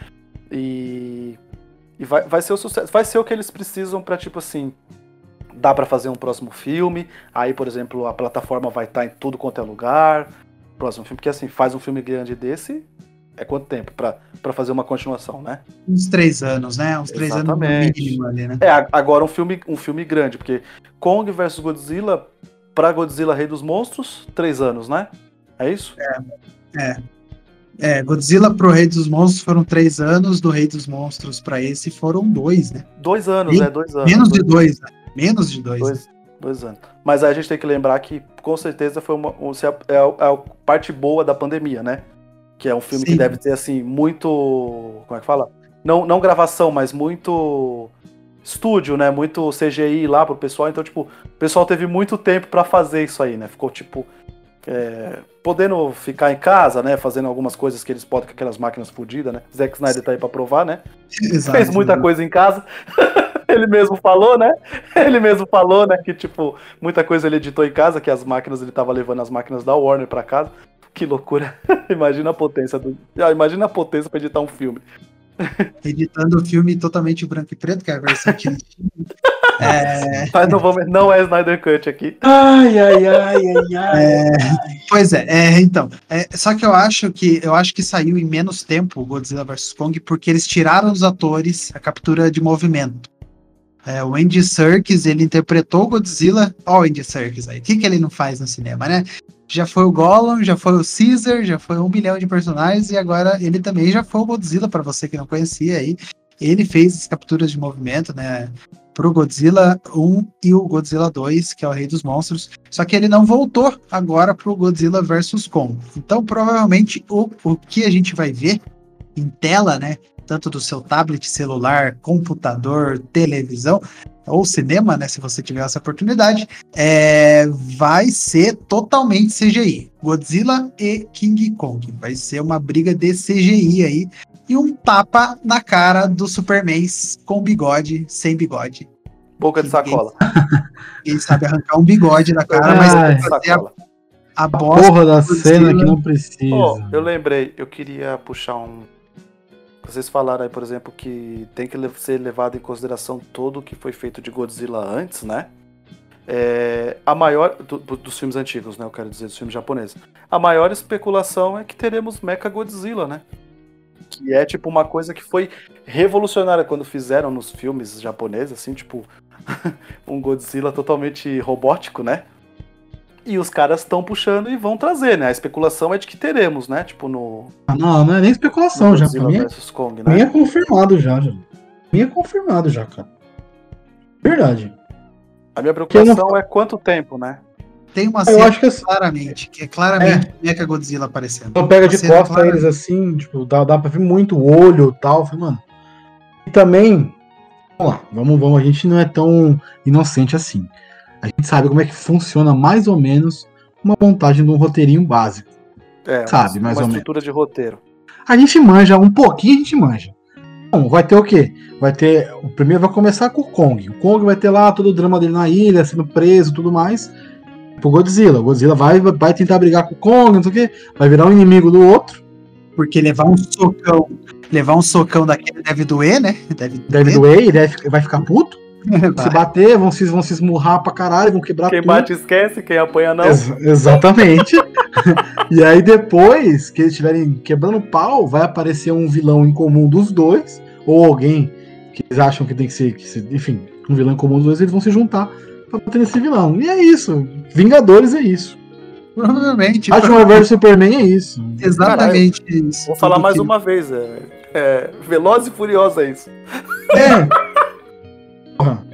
E, e vai, vai ser o sucesso. Vai ser o que eles precisam pra, tipo assim, dá pra fazer um próximo filme. Aí, por exemplo, a plataforma vai estar em tudo quanto é lugar. Próximo filme. Porque assim, faz um filme grande desse. É quanto tempo pra, pra fazer uma continuação, né? Uns três anos, né? Uns três Exatamente. anos no mínimo ali, né? É, agora um filme, um filme grande, porque Kong versus. Godzilla, pra Godzilla Rei dos Monstros, três anos, né? É isso? É, é. É, Godzilla pro Rei dos Monstros foram três anos, do Rei dos Monstros pra esse foram dois, né? Dois anos, e, é, dois anos. Menos dois de dois, né? Menos de dois. Dois, né? dois anos. Mas aí a gente tem que lembrar que, com certeza, foi uma, é a, é a parte boa da pandemia, né? Que é um filme Sim. que deve ter, assim, muito... Como é que fala? Não, não gravação, mas muito estúdio, né? Muito C G I lá pro pessoal. Então, tipo, o pessoal teve muito tempo pra fazer isso aí, né? Ficou, tipo... É, podendo ficar em casa, né? Fazendo algumas coisas que eles podem com aquelas máquinas fodidas, né? Zack Snyder tá aí pra provar, né? Exato, Fez muita né? coisa em casa. Ele mesmo falou, né? Ele mesmo falou, né? Que, tipo, muita coisa ele editou em casa, que as máquinas, ele tava levando as máquinas da Warner pra casa. Que loucura. Imagina a potência do... Imagina a potência pra editar um filme. Editando o filme totalmente branco e preto, que é a versão que É... Mas não, vamos, não é Snyder Cut aqui. Ai, ai, ai, ai, ai. É... Pois é, é então. É... Só que eu acho que eu acho que saiu em menos tempo o Godzilla versus. Kong, porque eles tiraram os atores a captura de movimento. É, o Andy Serkis, ele interpretou o Godzilla. Ó, o Andy Serkis aí. O que, que ele não faz no cinema, né? Já foi o Gollum, já foi o Caesar, já foi um milhão de personagens e agora ele também já foi o Godzilla, para você que não conhecia aí. Ele fez as capturas de movimento, né? Pro Godzilla um e o Godzilla dois, que é o Rei dos Monstros. Só que ele não voltou agora pro Godzilla versus. Kong. Então, provavelmente, o, o que a gente vai ver em tela, né? Tanto do seu tablet, celular, computador, televisão, ou cinema, né? Se você tiver essa oportunidade, é, vai ser totalmente C G I. Godzilla e King Kong. Vai ser uma briga de C G I aí. E um tapa na cara do Superman com bigode, sem bigode. Boca de sacola. Ninguém sabe arrancar um bigode na cara, Ai, mas ai. fazer a, a A bosta porra da do cena Godzilla. que não precisa. Oh, eu lembrei, eu queria puxar um. Vocês falaram aí, por exemplo, que tem que ser levado em consideração todo o que foi feito de Godzilla antes, né? É, a maior. Do, dos filmes antigos, né? Eu quero dizer, dos filmes japoneses. A maior especulação é que teremos Mecha Godzilla, né? Que é tipo uma coisa que foi revolucionária quando fizeram nos filmes japoneses, assim, tipo, um Godzilla totalmente robótico, né? E os caras estão puxando e vão trazer, né? A especulação é de que teremos, né? Tipo no. Ah, não, não é nem especulação no já. Godzilla Pra mim, é, versus. Kong, pra mim né? é confirmado já, já. Pra mim é confirmado já, cara. Verdade. A minha preocupação não- é quanto tempo, né? Tem uma Eu cena acho que assim, claramente, que é claramente Mecha Godzilla aparecendo. então pega de Uma cena costa clara- eles assim, tipo, dá, dá pra ver muito o olho e tal. Falei, mano. E também, vamos lá, vamos, vamos, a gente não é tão inocente assim. A gente sabe como é que funciona mais ou menos uma montagem de um roteirinho básico. É, Sabe, uma, mais uma ou estrutura de roteiro. A gente manja, um pouquinho a gente manja. Bom, vai ter o quê? Vai ter. O primeiro vai começar com o Kong. O Kong vai ter lá todo o drama dele na ilha, sendo preso e tudo mais. Pro Godzilla. O Godzilla vai, vai tentar brigar com o Kong, não sei o quê. Vai virar um inimigo do outro. Porque levar um socão, levar um socão daquele deve doer, né? Deve, Deve doer, ele deve- vai ficar puto. Se Vai. bater, vão se, vão se esmurrar pra caralho, vão quebrar Quem tudo. bate esquece, quem apanha não. Ex- exatamente. E aí depois que eles estiverem quebrando pau, vai aparecer um vilão em comum dos dois, ou alguém que eles acham que tem que ser, que se- enfim, um vilão em comum dos dois, eles vão se juntar pra bater nesse vilão. E é isso. Vingadores é isso. Provavelmente. Batman versus Superman é isso. Exatamente isso. Vou falar Tudo mais que- uma vez. É, é Veloz e Furioso é isso. É. Porra.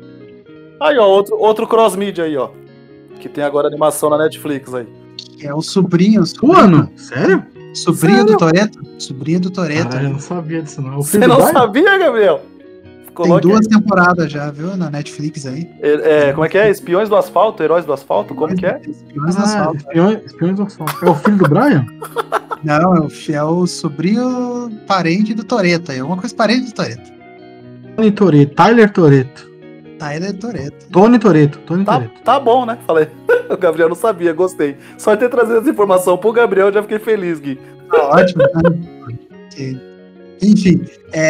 Aí, ó, outro, outro cross-mídia aí, ó. Que tem agora animação na Netflix aí. É o sobrinho, O sobrinho, ano? Sério? sobrinho Sério? do Toretto. Sobrinho do Toretto. Caralho, eu não sabia disso não. O Você filho do não Brian? sabia, Gabriel? Tem Coloque duas temporadas já, viu? Na Netflix aí. É, é, como é que é? Espiões do Asfalto? Heróis do Asfalto? Como que é? Espiões do Ah, Asfalto. espiões, espiões do asfalto. É o filho do Brian? Não, é o, é o sobrinho parente do Toretto aí. Alguma coisa parente do Toretto. Tony Toretto, Tyler Toretto, Tyler Toretto. Tony Toretto, Tony Tá, Toretto. tá bom, né? Falei. O Gabriel não sabia, gostei. Só de ter trazido essa informação pro Gabriel, eu já fiquei feliz, Gui. Tá ótimo. Né? Ok. Enfim,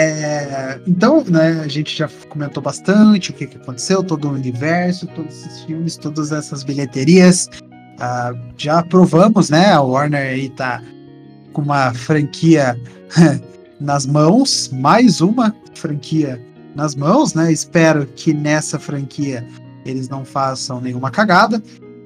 é, então, né, a gente já comentou bastante o que, que aconteceu, todo o universo, todos esses filmes, todas essas bilheterias. Ah, já aprovamos, né? A Warner aí tá com uma franquia nas mãos, mais uma franquia nas mãos, né? Espero que nessa franquia eles não façam nenhuma cagada.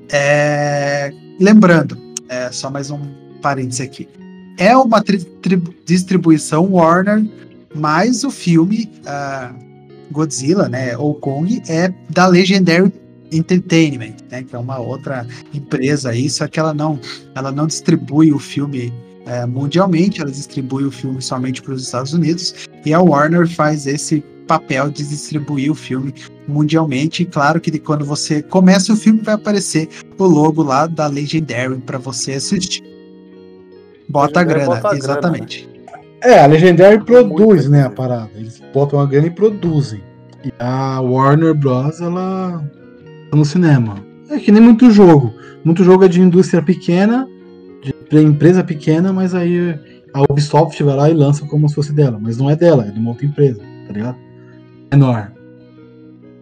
É, lembrando, é, só mais um parêntese aqui. É uma tri- tri- distribuição Warner, mas o filme uh, Godzilla, né, ou Kong, é da Legendary Entertainment, né, que é uma outra empresa aí, só que ela não, ela não distribui o filme uh, mundialmente, ela distribui o filme somente para os Estados Unidos, e a Warner faz esse papel de distribuir o filme mundialmente. E claro que quando você começa o filme vai aparecer o logo lá da Legendary para você assistir. Bota a Legendary né? grana, bota a grana, exatamente. É, a Legendary produz, Muito né, a bem. parada. Eles botam a grana e produzem. E a Warner Bros, ela tá no cinema. É que nem muito jogo. Muito jogo é de indústria pequena, de empresa pequena, mas aí a Ubisoft vai lá e lança como se fosse dela. Mas não é dela, é de uma outra empresa, tá ligado? Menor.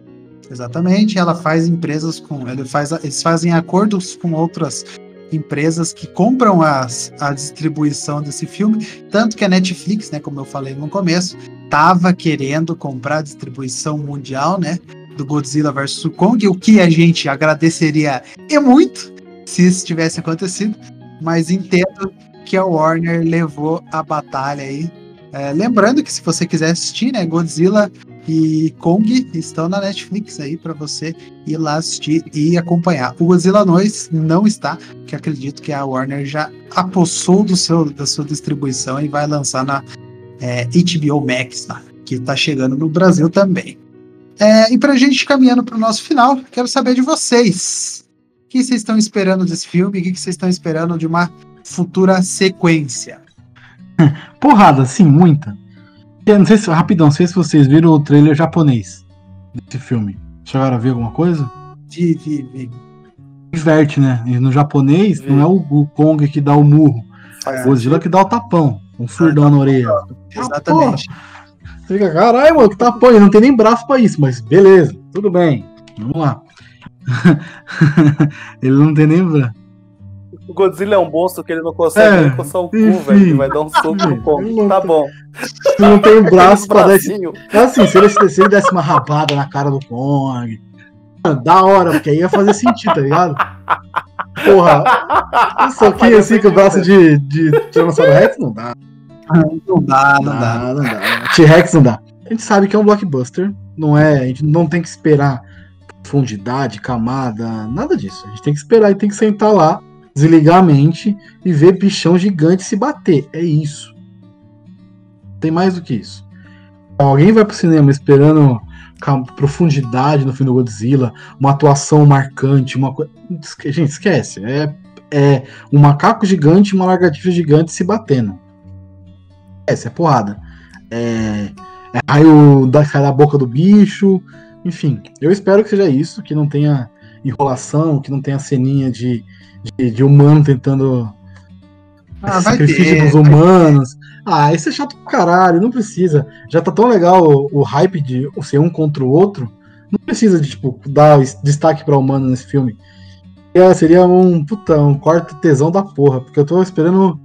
Exatamente, ela faz empresas com. Ele faz, eles fazem acordos com outras empresas que compram as, a distribuição desse filme. Tanto que a Netflix, né, como eu falei no começo, estava querendo comprar a distribuição mundial, né, do Godzilla versus Kong, o que a gente agradeceria e muito se isso tivesse acontecido. Mas entendo que a Warner levou a batalha aí. É, lembrando que se você quiser assistir, né, Godzilla e Kong estão na Netflix aí para você ir lá assistir e acompanhar. O Godzilla dois não está, que acredito que a Warner já apossou do seu, da sua distribuição e vai lançar na é, H B O Max, tá? Que está chegando no Brasil também. É, e pra gente caminhando para o nosso final, quero saber de vocês. O que vocês estão esperando desse filme? O que vocês estão esperando de uma futura sequência? Porrada, sim, muita. Eu não sei se, rapidão, não sei se vocês viram o trailer japonês desse filme. Chegaram a ver alguma coisa? Vi, vi, vi. Inverte, né? E no japonês vi. Não é o, o Kong que dá o murro. É o Godzilla que dá o tapão. Um furdão ah, na orelha. Exatamente. Ah, você fica, caralho, mano, que tapão. Ele não tem nem braço pra isso, mas beleza, tudo bem. Vamos lá. Ele não tem nem braço. O Godzilla é um monstro que ele não consegue é, nem coçar o cu, velho. Ele vai dar um soco no Kong. Tá bom. Se não tem braço pra dar esse... Assim, se ele, se ele desse uma rabada na cara do Kong, da hora, porque aí ia fazer sentido, tá ligado? Porra, um soquinho assim com o braço de, de Tiranossauro Rex não dá. Não dá, não dá. Não dá. T-Rex não dá. A gente sabe que é um blockbuster, não é? A gente não tem que esperar profundidade, camada, nada disso. A gente tem que esperar e tem que sentar lá, desligar a mente e ver bichão gigante se bater. É isso. Tem mais do que isso. Alguém vai pro cinema esperando profundidade no filme do Godzilla, uma atuação marcante, uma coisa. Gente, esquece. É, é um macaco gigante e uma lagartixa gigante se batendo. Essa é porrada. É, é raio da, da boca do bicho. Enfim, eu espero que seja isso, que não tenha enrolação, que não tenha ceninha de, de, de humano tentando ah, sacrifício ter, dos humanos. Ah, isso é chato pra caralho, não precisa. Já tá tão legal o, o hype de ser um contra o outro. Não precisa de, tipo, dar destaque pra humano nesse filme. É, seria um, puta, um quarto tesão da porra, porque eu tô esperando...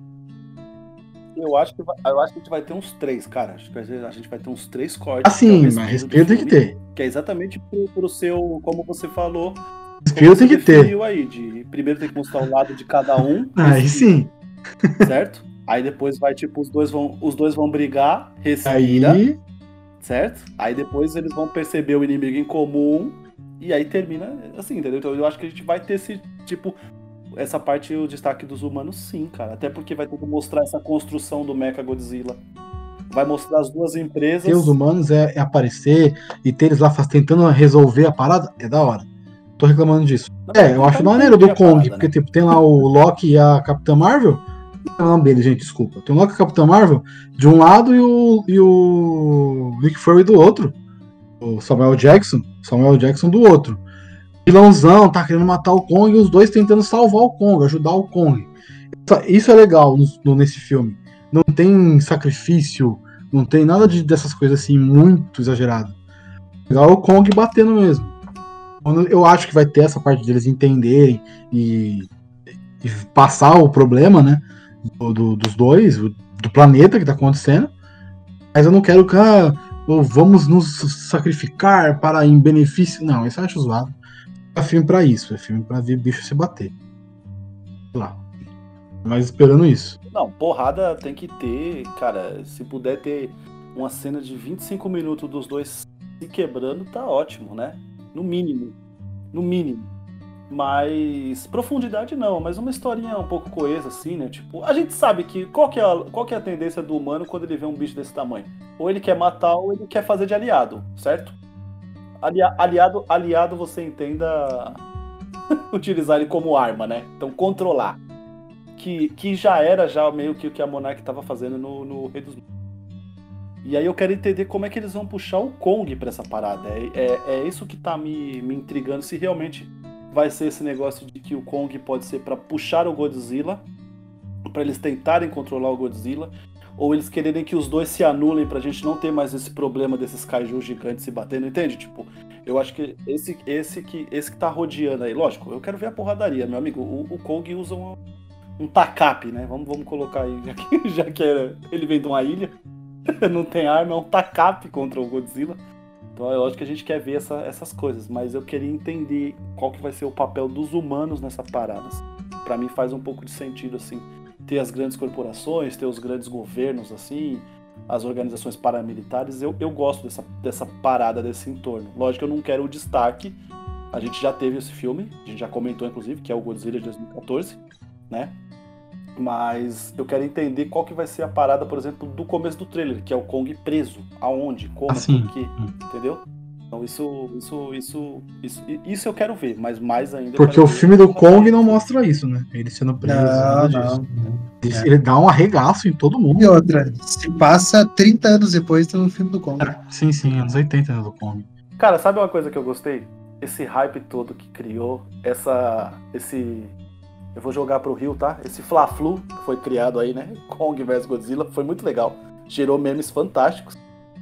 Eu acho que, vai, eu acho que a gente vai ter uns três, cara. Acho que a gente vai ter uns três cortes. Assim, mas respiro tem que ter. Que é exatamente pro, pro seu, como você falou. Respiro tem que ter. Aí, de, primeiro tem que mostrar o lado de cada um. Aí sim. Certo? Aí depois vai, tipo, os dois vão, os dois vão brigar, respira. Aí... Certo? Aí depois eles vão perceber o inimigo em comum. E aí termina assim, entendeu? Então eu acho que a gente vai ter esse, tipo... Essa parte, o destaque dos humanos, sim, cara. Até porque vai ter que mostrar essa construção do Mecha Godzilla. Vai mostrar as duas empresas. Ter os humanos é, é aparecer e ter eles lá faz, tentando resolver a parada, é da hora. Tô reclamando disso. Não, é, eu acho maneiro do Kong, parada, porque né? Tipo, tem lá o Loki e a Capitã Marvel. Não é o nome dele, gente, desculpa. Tem o Loki e a Capitã Marvel de um lado e o, e o Nick Fury do outro. O Samuel Jackson. Samuel Jackson do outro. Vilãozão, tá querendo matar o Kong e os dois tentando salvar o Kong, ajudar o Kong. Isso é legal no, nesse filme. Não tem sacrifício, não tem nada de, dessas coisas assim muito exagerado. Legal o Kong batendo mesmo. Eu acho que vai ter essa parte deles entenderem e, e passar o problema, né? Do, do, dos dois, do planeta que tá acontecendo. Mas eu não quero que ah, vamos nos sacrificar para em benefício. Não, isso eu acho zoado. É filme pra isso, é filme pra ver bicho se bater. Sei lá. Mas esperando isso. Não, porrada tem que ter, cara. Se puder ter uma cena de vinte e cinco minutos dos dois se quebrando, tá ótimo, né? No mínimo. No mínimo. Mas profundidade não, mas uma historinha um pouco coesa, assim, né? Tipo, a gente sabe que qual que é a, qual que é a tendência do humano quando ele vê um bicho desse tamanho? Ou ele quer matar ou ele quer fazer de aliado, certo? Aliado, aliado você entenda utilizar ele como arma, né? Então controlar. Que, que já era já meio que o que a Monarch estava fazendo no, no Rei dos Monstros. E aí eu quero entender como é que eles vão puxar o Kong pra essa parada. É, é, é isso que tá me, me intrigando, se realmente vai ser esse negócio de que o Kong pode ser pra puxar o Godzilla, pra eles tentarem controlar o Godzilla, ou eles quererem que os dois se anulem pra gente não ter mais esse problema desses kaiju gigantes se batendo, entende? Tipo, eu acho que esse, esse, que, esse que tá rodeando aí, lógico, eu quero ver a porradaria, meu amigo. O, o Kong usa um, um tacape, né? Vamos, vamos colocar aí, já que, já que era, ele vem de uma ilha, não tem arma, é um tacape contra o Godzilla. Então é lógico que a gente quer ver essa, essas coisas, mas eu queria entender qual que vai ser o papel dos humanos nessa parada. Pra mim faz um pouco de sentido, assim, ter as grandes corporações, ter os grandes governos, assim, as organizações paramilitares. Eu, eu gosto dessa, dessa parada, desse entorno. Lógico que eu não quero o destaque. A gente já teve esse filme, a gente já comentou, inclusive, que é o Godzilla de dois mil e catorze, né? Mas eu quero entender qual que vai ser a parada, por exemplo, do começo do trailer, que é o Kong preso. Aonde? Como? Assim. Por quê? Entendeu? Então isso, isso, isso, isso, isso eu quero ver, mas mais ainda... Porque o filme do Kong não mostra isso, né? Ele sendo preso, Não, nada disso. não, não. Ele, É. ele dá um arregaço em todo mundo. E outra, se passa trinta anos depois do filme do Kong. Sim, sim, anos oitenta, né, do Kong. Cara, sabe uma coisa que eu gostei? Esse hype todo que criou, essa, esse... Eu vou jogar pro Rio, tá? Esse Fla-Flu que foi criado aí, né? Kong versus Godzilla, foi muito legal. Gerou memes fantásticos.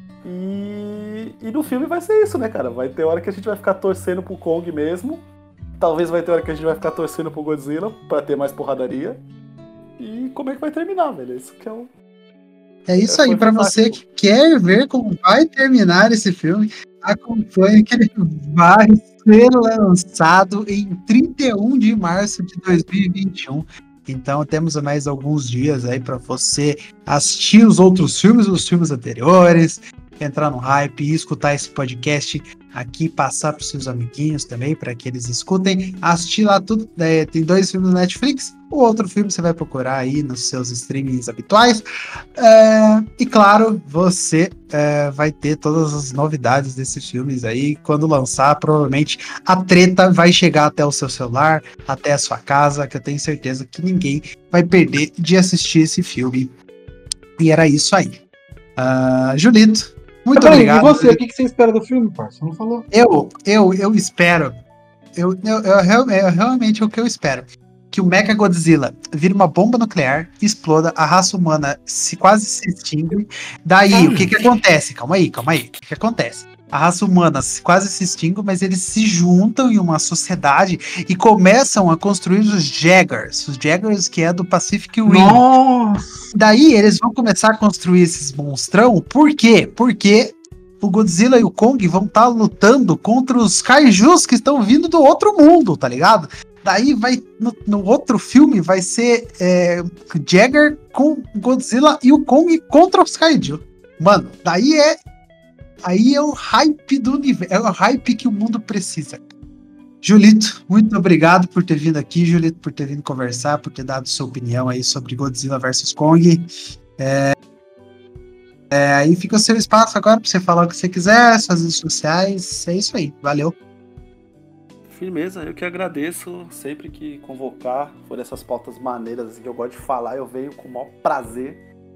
E... e no filme vai ser isso, né, cara? Vai ter hora que a gente vai ficar torcendo pro Kong mesmo. Talvez vai ter hora que a gente vai ficar torcendo pro Godzilla pra ter mais porradaria. E como é que vai terminar, velho? Isso que é o... É isso É, aí, foi pra você fantástico. que quer ver como vai terminar esse filme, acompanhe que ele vai ser lançado em trinta e um de março de dois mil e vinte e um. Então temos mais alguns dias aí pra você assistir os outros filmes, os filmes anteriores, entrar no hype e escutar esse podcast aqui, passar pros seus amiguinhos também, para que eles escutem, assistir lá tudo. É, tem dois filmes no Netflix, o outro filme você vai procurar aí nos seus streamings habituais. É, e claro, você é, vai ter todas as novidades desses filmes aí. Quando lançar, provavelmente a treta vai chegar até o seu celular, até a sua casa, que eu tenho certeza que ninguém vai perder de assistir esse filme. E era isso aí. Uh, Julito, muito Peraí, obrigado. E você, o que que você espera do filme, parça? Você não falou? Eu, eu, eu espero. Eu, eu, eu, eu, eu realmente é o que eu espero. Que o Mechagodzilla vire uma bomba nuclear, exploda, a raça humana se quase se extingue. Daí, Ai. o que que acontece? Calma aí, calma aí. O que que acontece? A raça humana se- quase se extingue, mas eles se juntam em uma sociedade e começam a construir os Jaggers. Os Jaggers que é do Pacific Rim. Nossa! Daí eles vão começar a construir esses monstrão. Por quê? Porque o Godzilla e o Kong vão estar lutando contra os kaijus que estão vindo do outro mundo, tá ligado? Daí vai no, no outro filme vai ser é, Jagger com Godzilla e o Kong contra os kaiju. Mano, daí é aí é o hype do universo, é o hype que o mundo precisa. Julito, muito obrigado por ter vindo aqui, Julito, por ter vindo conversar, por ter dado sua opinião aí sobre Godzilla versus Kong. É, é, aí fica o seu espaço agora para você falar o que você quiser, suas redes sociais. É isso aí, valeu. Firmeza, eu que agradeço. Sempre que convocar por essas pautas maneiras assim, que eu gosto de falar, eu venho com o maior prazer.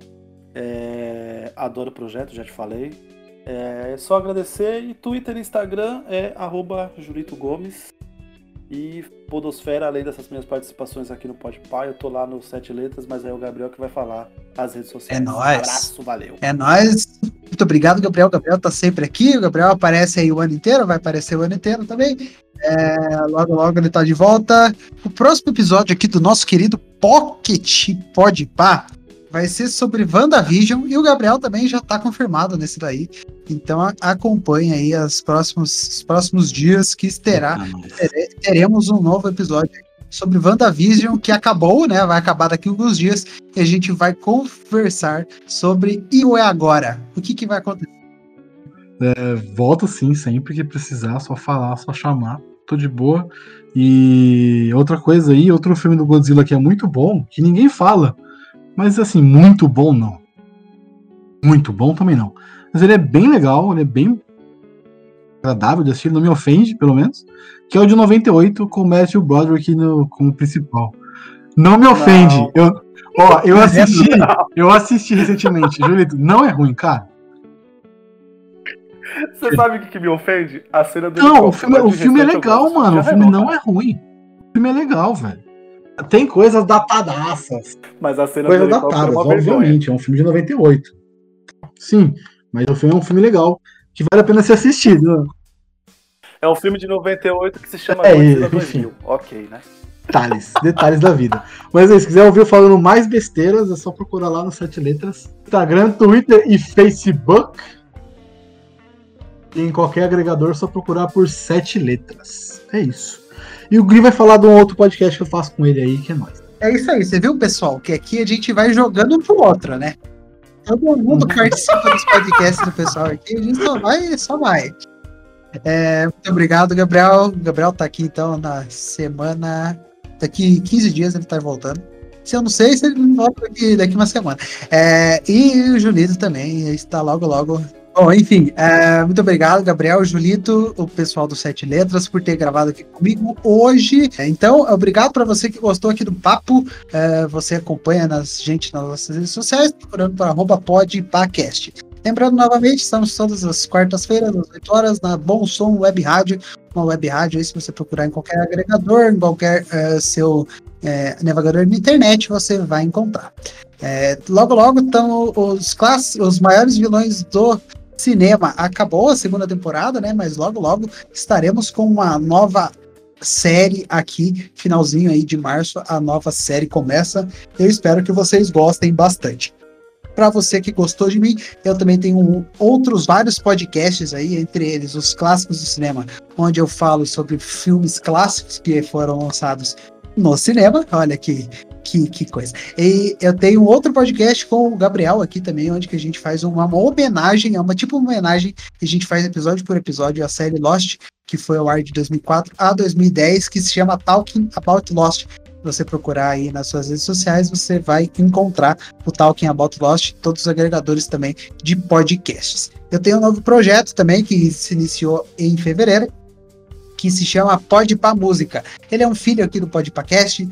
É, adoro o projeto, já te falei. É só agradecer. E Twitter e Instagram é arroba Julito Gomes. E Podosfera, além dessas minhas participações aqui no Podpah, eu tô lá no Sete Letras, mas é o Gabriel que vai falar as redes sociais. É nóis. Abraço, valeu. É nóis. Muito obrigado, Gabriel. O Gabriel tá sempre aqui. O Gabriel aparece aí o ano inteiro, vai aparecer o ano inteiro também. É, logo, logo ele tá de volta. O próximo episódio aqui do nosso querido Pocket Podpah vai ser sobre WandaVision e o Gabriel também já tá confirmado nesse daí. Então a- acompanhe aí as próximos, os próximos dias que terá, tere- teremos um novo episódio sobre WandaVision que acabou, né? Vai acabar daqui a alguns dias e a gente vai conversar sobre e o é agora. O que que vai acontecer? É, volto sim, sempre que precisar, só falar, só chamar. Tô de boa. E outra coisa aí, outro filme do Godzilla que é muito bom, que ninguém fala. Mas assim, muito bom não. Muito bom também não. Mas ele é bem legal, ele é bem agradável de assistir, não me ofende, pelo menos. Que é o de noventa e oito, com o Matthew Broderick no, como principal. Não me ofende. Não. Eu, ó, eu assisti, eu assisti recentemente. Julito, não é ruim, cara. Você sabe o que, que me ofende? A cena do Não, o helicóptero, filme, mas o de filme é restante eu legal, gosto. mano. Já O filme é não bom, é ruim. O filme é legal, velho. tem coisas datadaças. Mas a cena Coisas do helicóptero datadas, é uma vergonha. obviamente. É um filme de noventa e oito. Sim, mas o filme é um filme legal, que vale a pena ser assistido. É um filme de noventa e oito que se chama É, Godzilla enfim. dois mil. Ok, né? Detalhes, detalhes da vida. Mas aí, se quiser ouvir eu falando mais besteiras, é só procurar lá no Sete Letras. Instagram, Twitter e Facebook. E em qualquer agregador, é só procurar por Sete Letras. É isso. E o Gui vai falar de um outro podcast que eu faço com ele aí, que é nóis. É isso aí, você viu, pessoal? Que aqui a gente vai jogando um pro outro, né? Todo mundo participa dos podcasts do pessoal aqui, a gente só vai, só vai. É, muito obrigado, Gabriel. O Gabriel tá aqui, então, na semana... Daqui quinze dias ele tá voltando. Se eu não sei, se ele não volta daqui, daqui uma semana. É, e o Julito também está logo, logo... Bom, enfim, é, muito obrigado, Gabriel, Julito, o pessoal do Sete Letras, por ter gravado aqui comigo hoje. Então, obrigado para você que gostou aqui do papo. É, você acompanha nas, gente nas nossas redes sociais, procurando por arroba podpacast. Lembrando novamente, estamos todas as quartas-feiras, às oito horas, na Bom Som Web Rádio. Uma web rádio aí, se você procurar em qualquer agregador, em qualquer uh, seu uh, navegador de internet, você vai encontrar. É, logo, logo, estão os, class... os maiores vilões do cinema. Acabou a segunda temporada, né? Mas logo, logo estaremos com uma nova série aqui, finalzinho aí de março, a nova série começa. Eu espero que vocês gostem bastante. Para você que gostou de mim, eu também tenho outros vários podcasts aí, entre eles os clássicos do cinema, onde eu falo sobre filmes clássicos que foram lançados no cinema. Olha que, que, que coisa. E eu tenho outro podcast com o Gabriel aqui também, onde que a gente faz uma, uma homenagem, é uma tipo uma homenagem que a gente faz episódio por episódio à série Lost, que foi ao ar de dois mil e quatro a dois mil e dez, que se chama Talking About Lost. Você procurar aí nas suas redes sociais, você vai encontrar o Talking About Lost, todos os agregadores também de podcasts. Eu tenho um novo projeto também que se iniciou em fevereiro, que se chama Podpah Música. Ele é um filho aqui do Podpacast,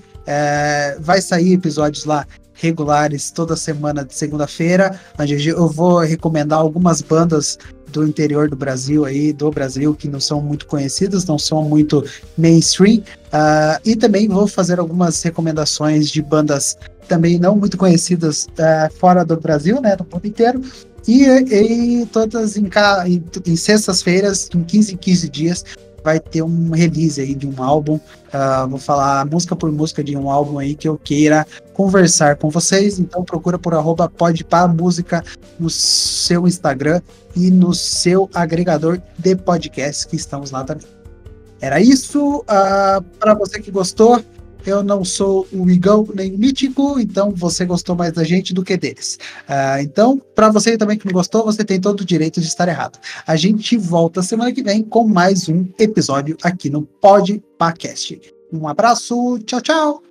é, vai sair episódios lá regulares toda semana de segunda-feira, onde eu vou recomendar algumas bandas do interior do Brasil aí, do Brasil, que não são muito conhecidas, não são muito mainstream, uh, e também vou fazer algumas recomendações de bandas também não muito conhecidas uh, fora do Brasil, né, do mundo inteiro, e, e todas em, em, em sextas-feiras, em quinze em quinze dias, vai ter um release aí de um álbum, uh, vou falar música por música de um álbum aí que eu queira conversar com vocês, então procura por arroba Podpah Música no seu Instagram e no seu agregador de podcasts, que estamos lá também. Era isso, uh, para você que gostou, eu não sou o Igão nem o Mítico, então você gostou mais da gente do que deles. Uh, então, para você também que não gostou, você tem todo o direito de estar errado. A gente volta semana que vem com mais um episódio aqui no Podpacast. Um abraço, tchau, tchau!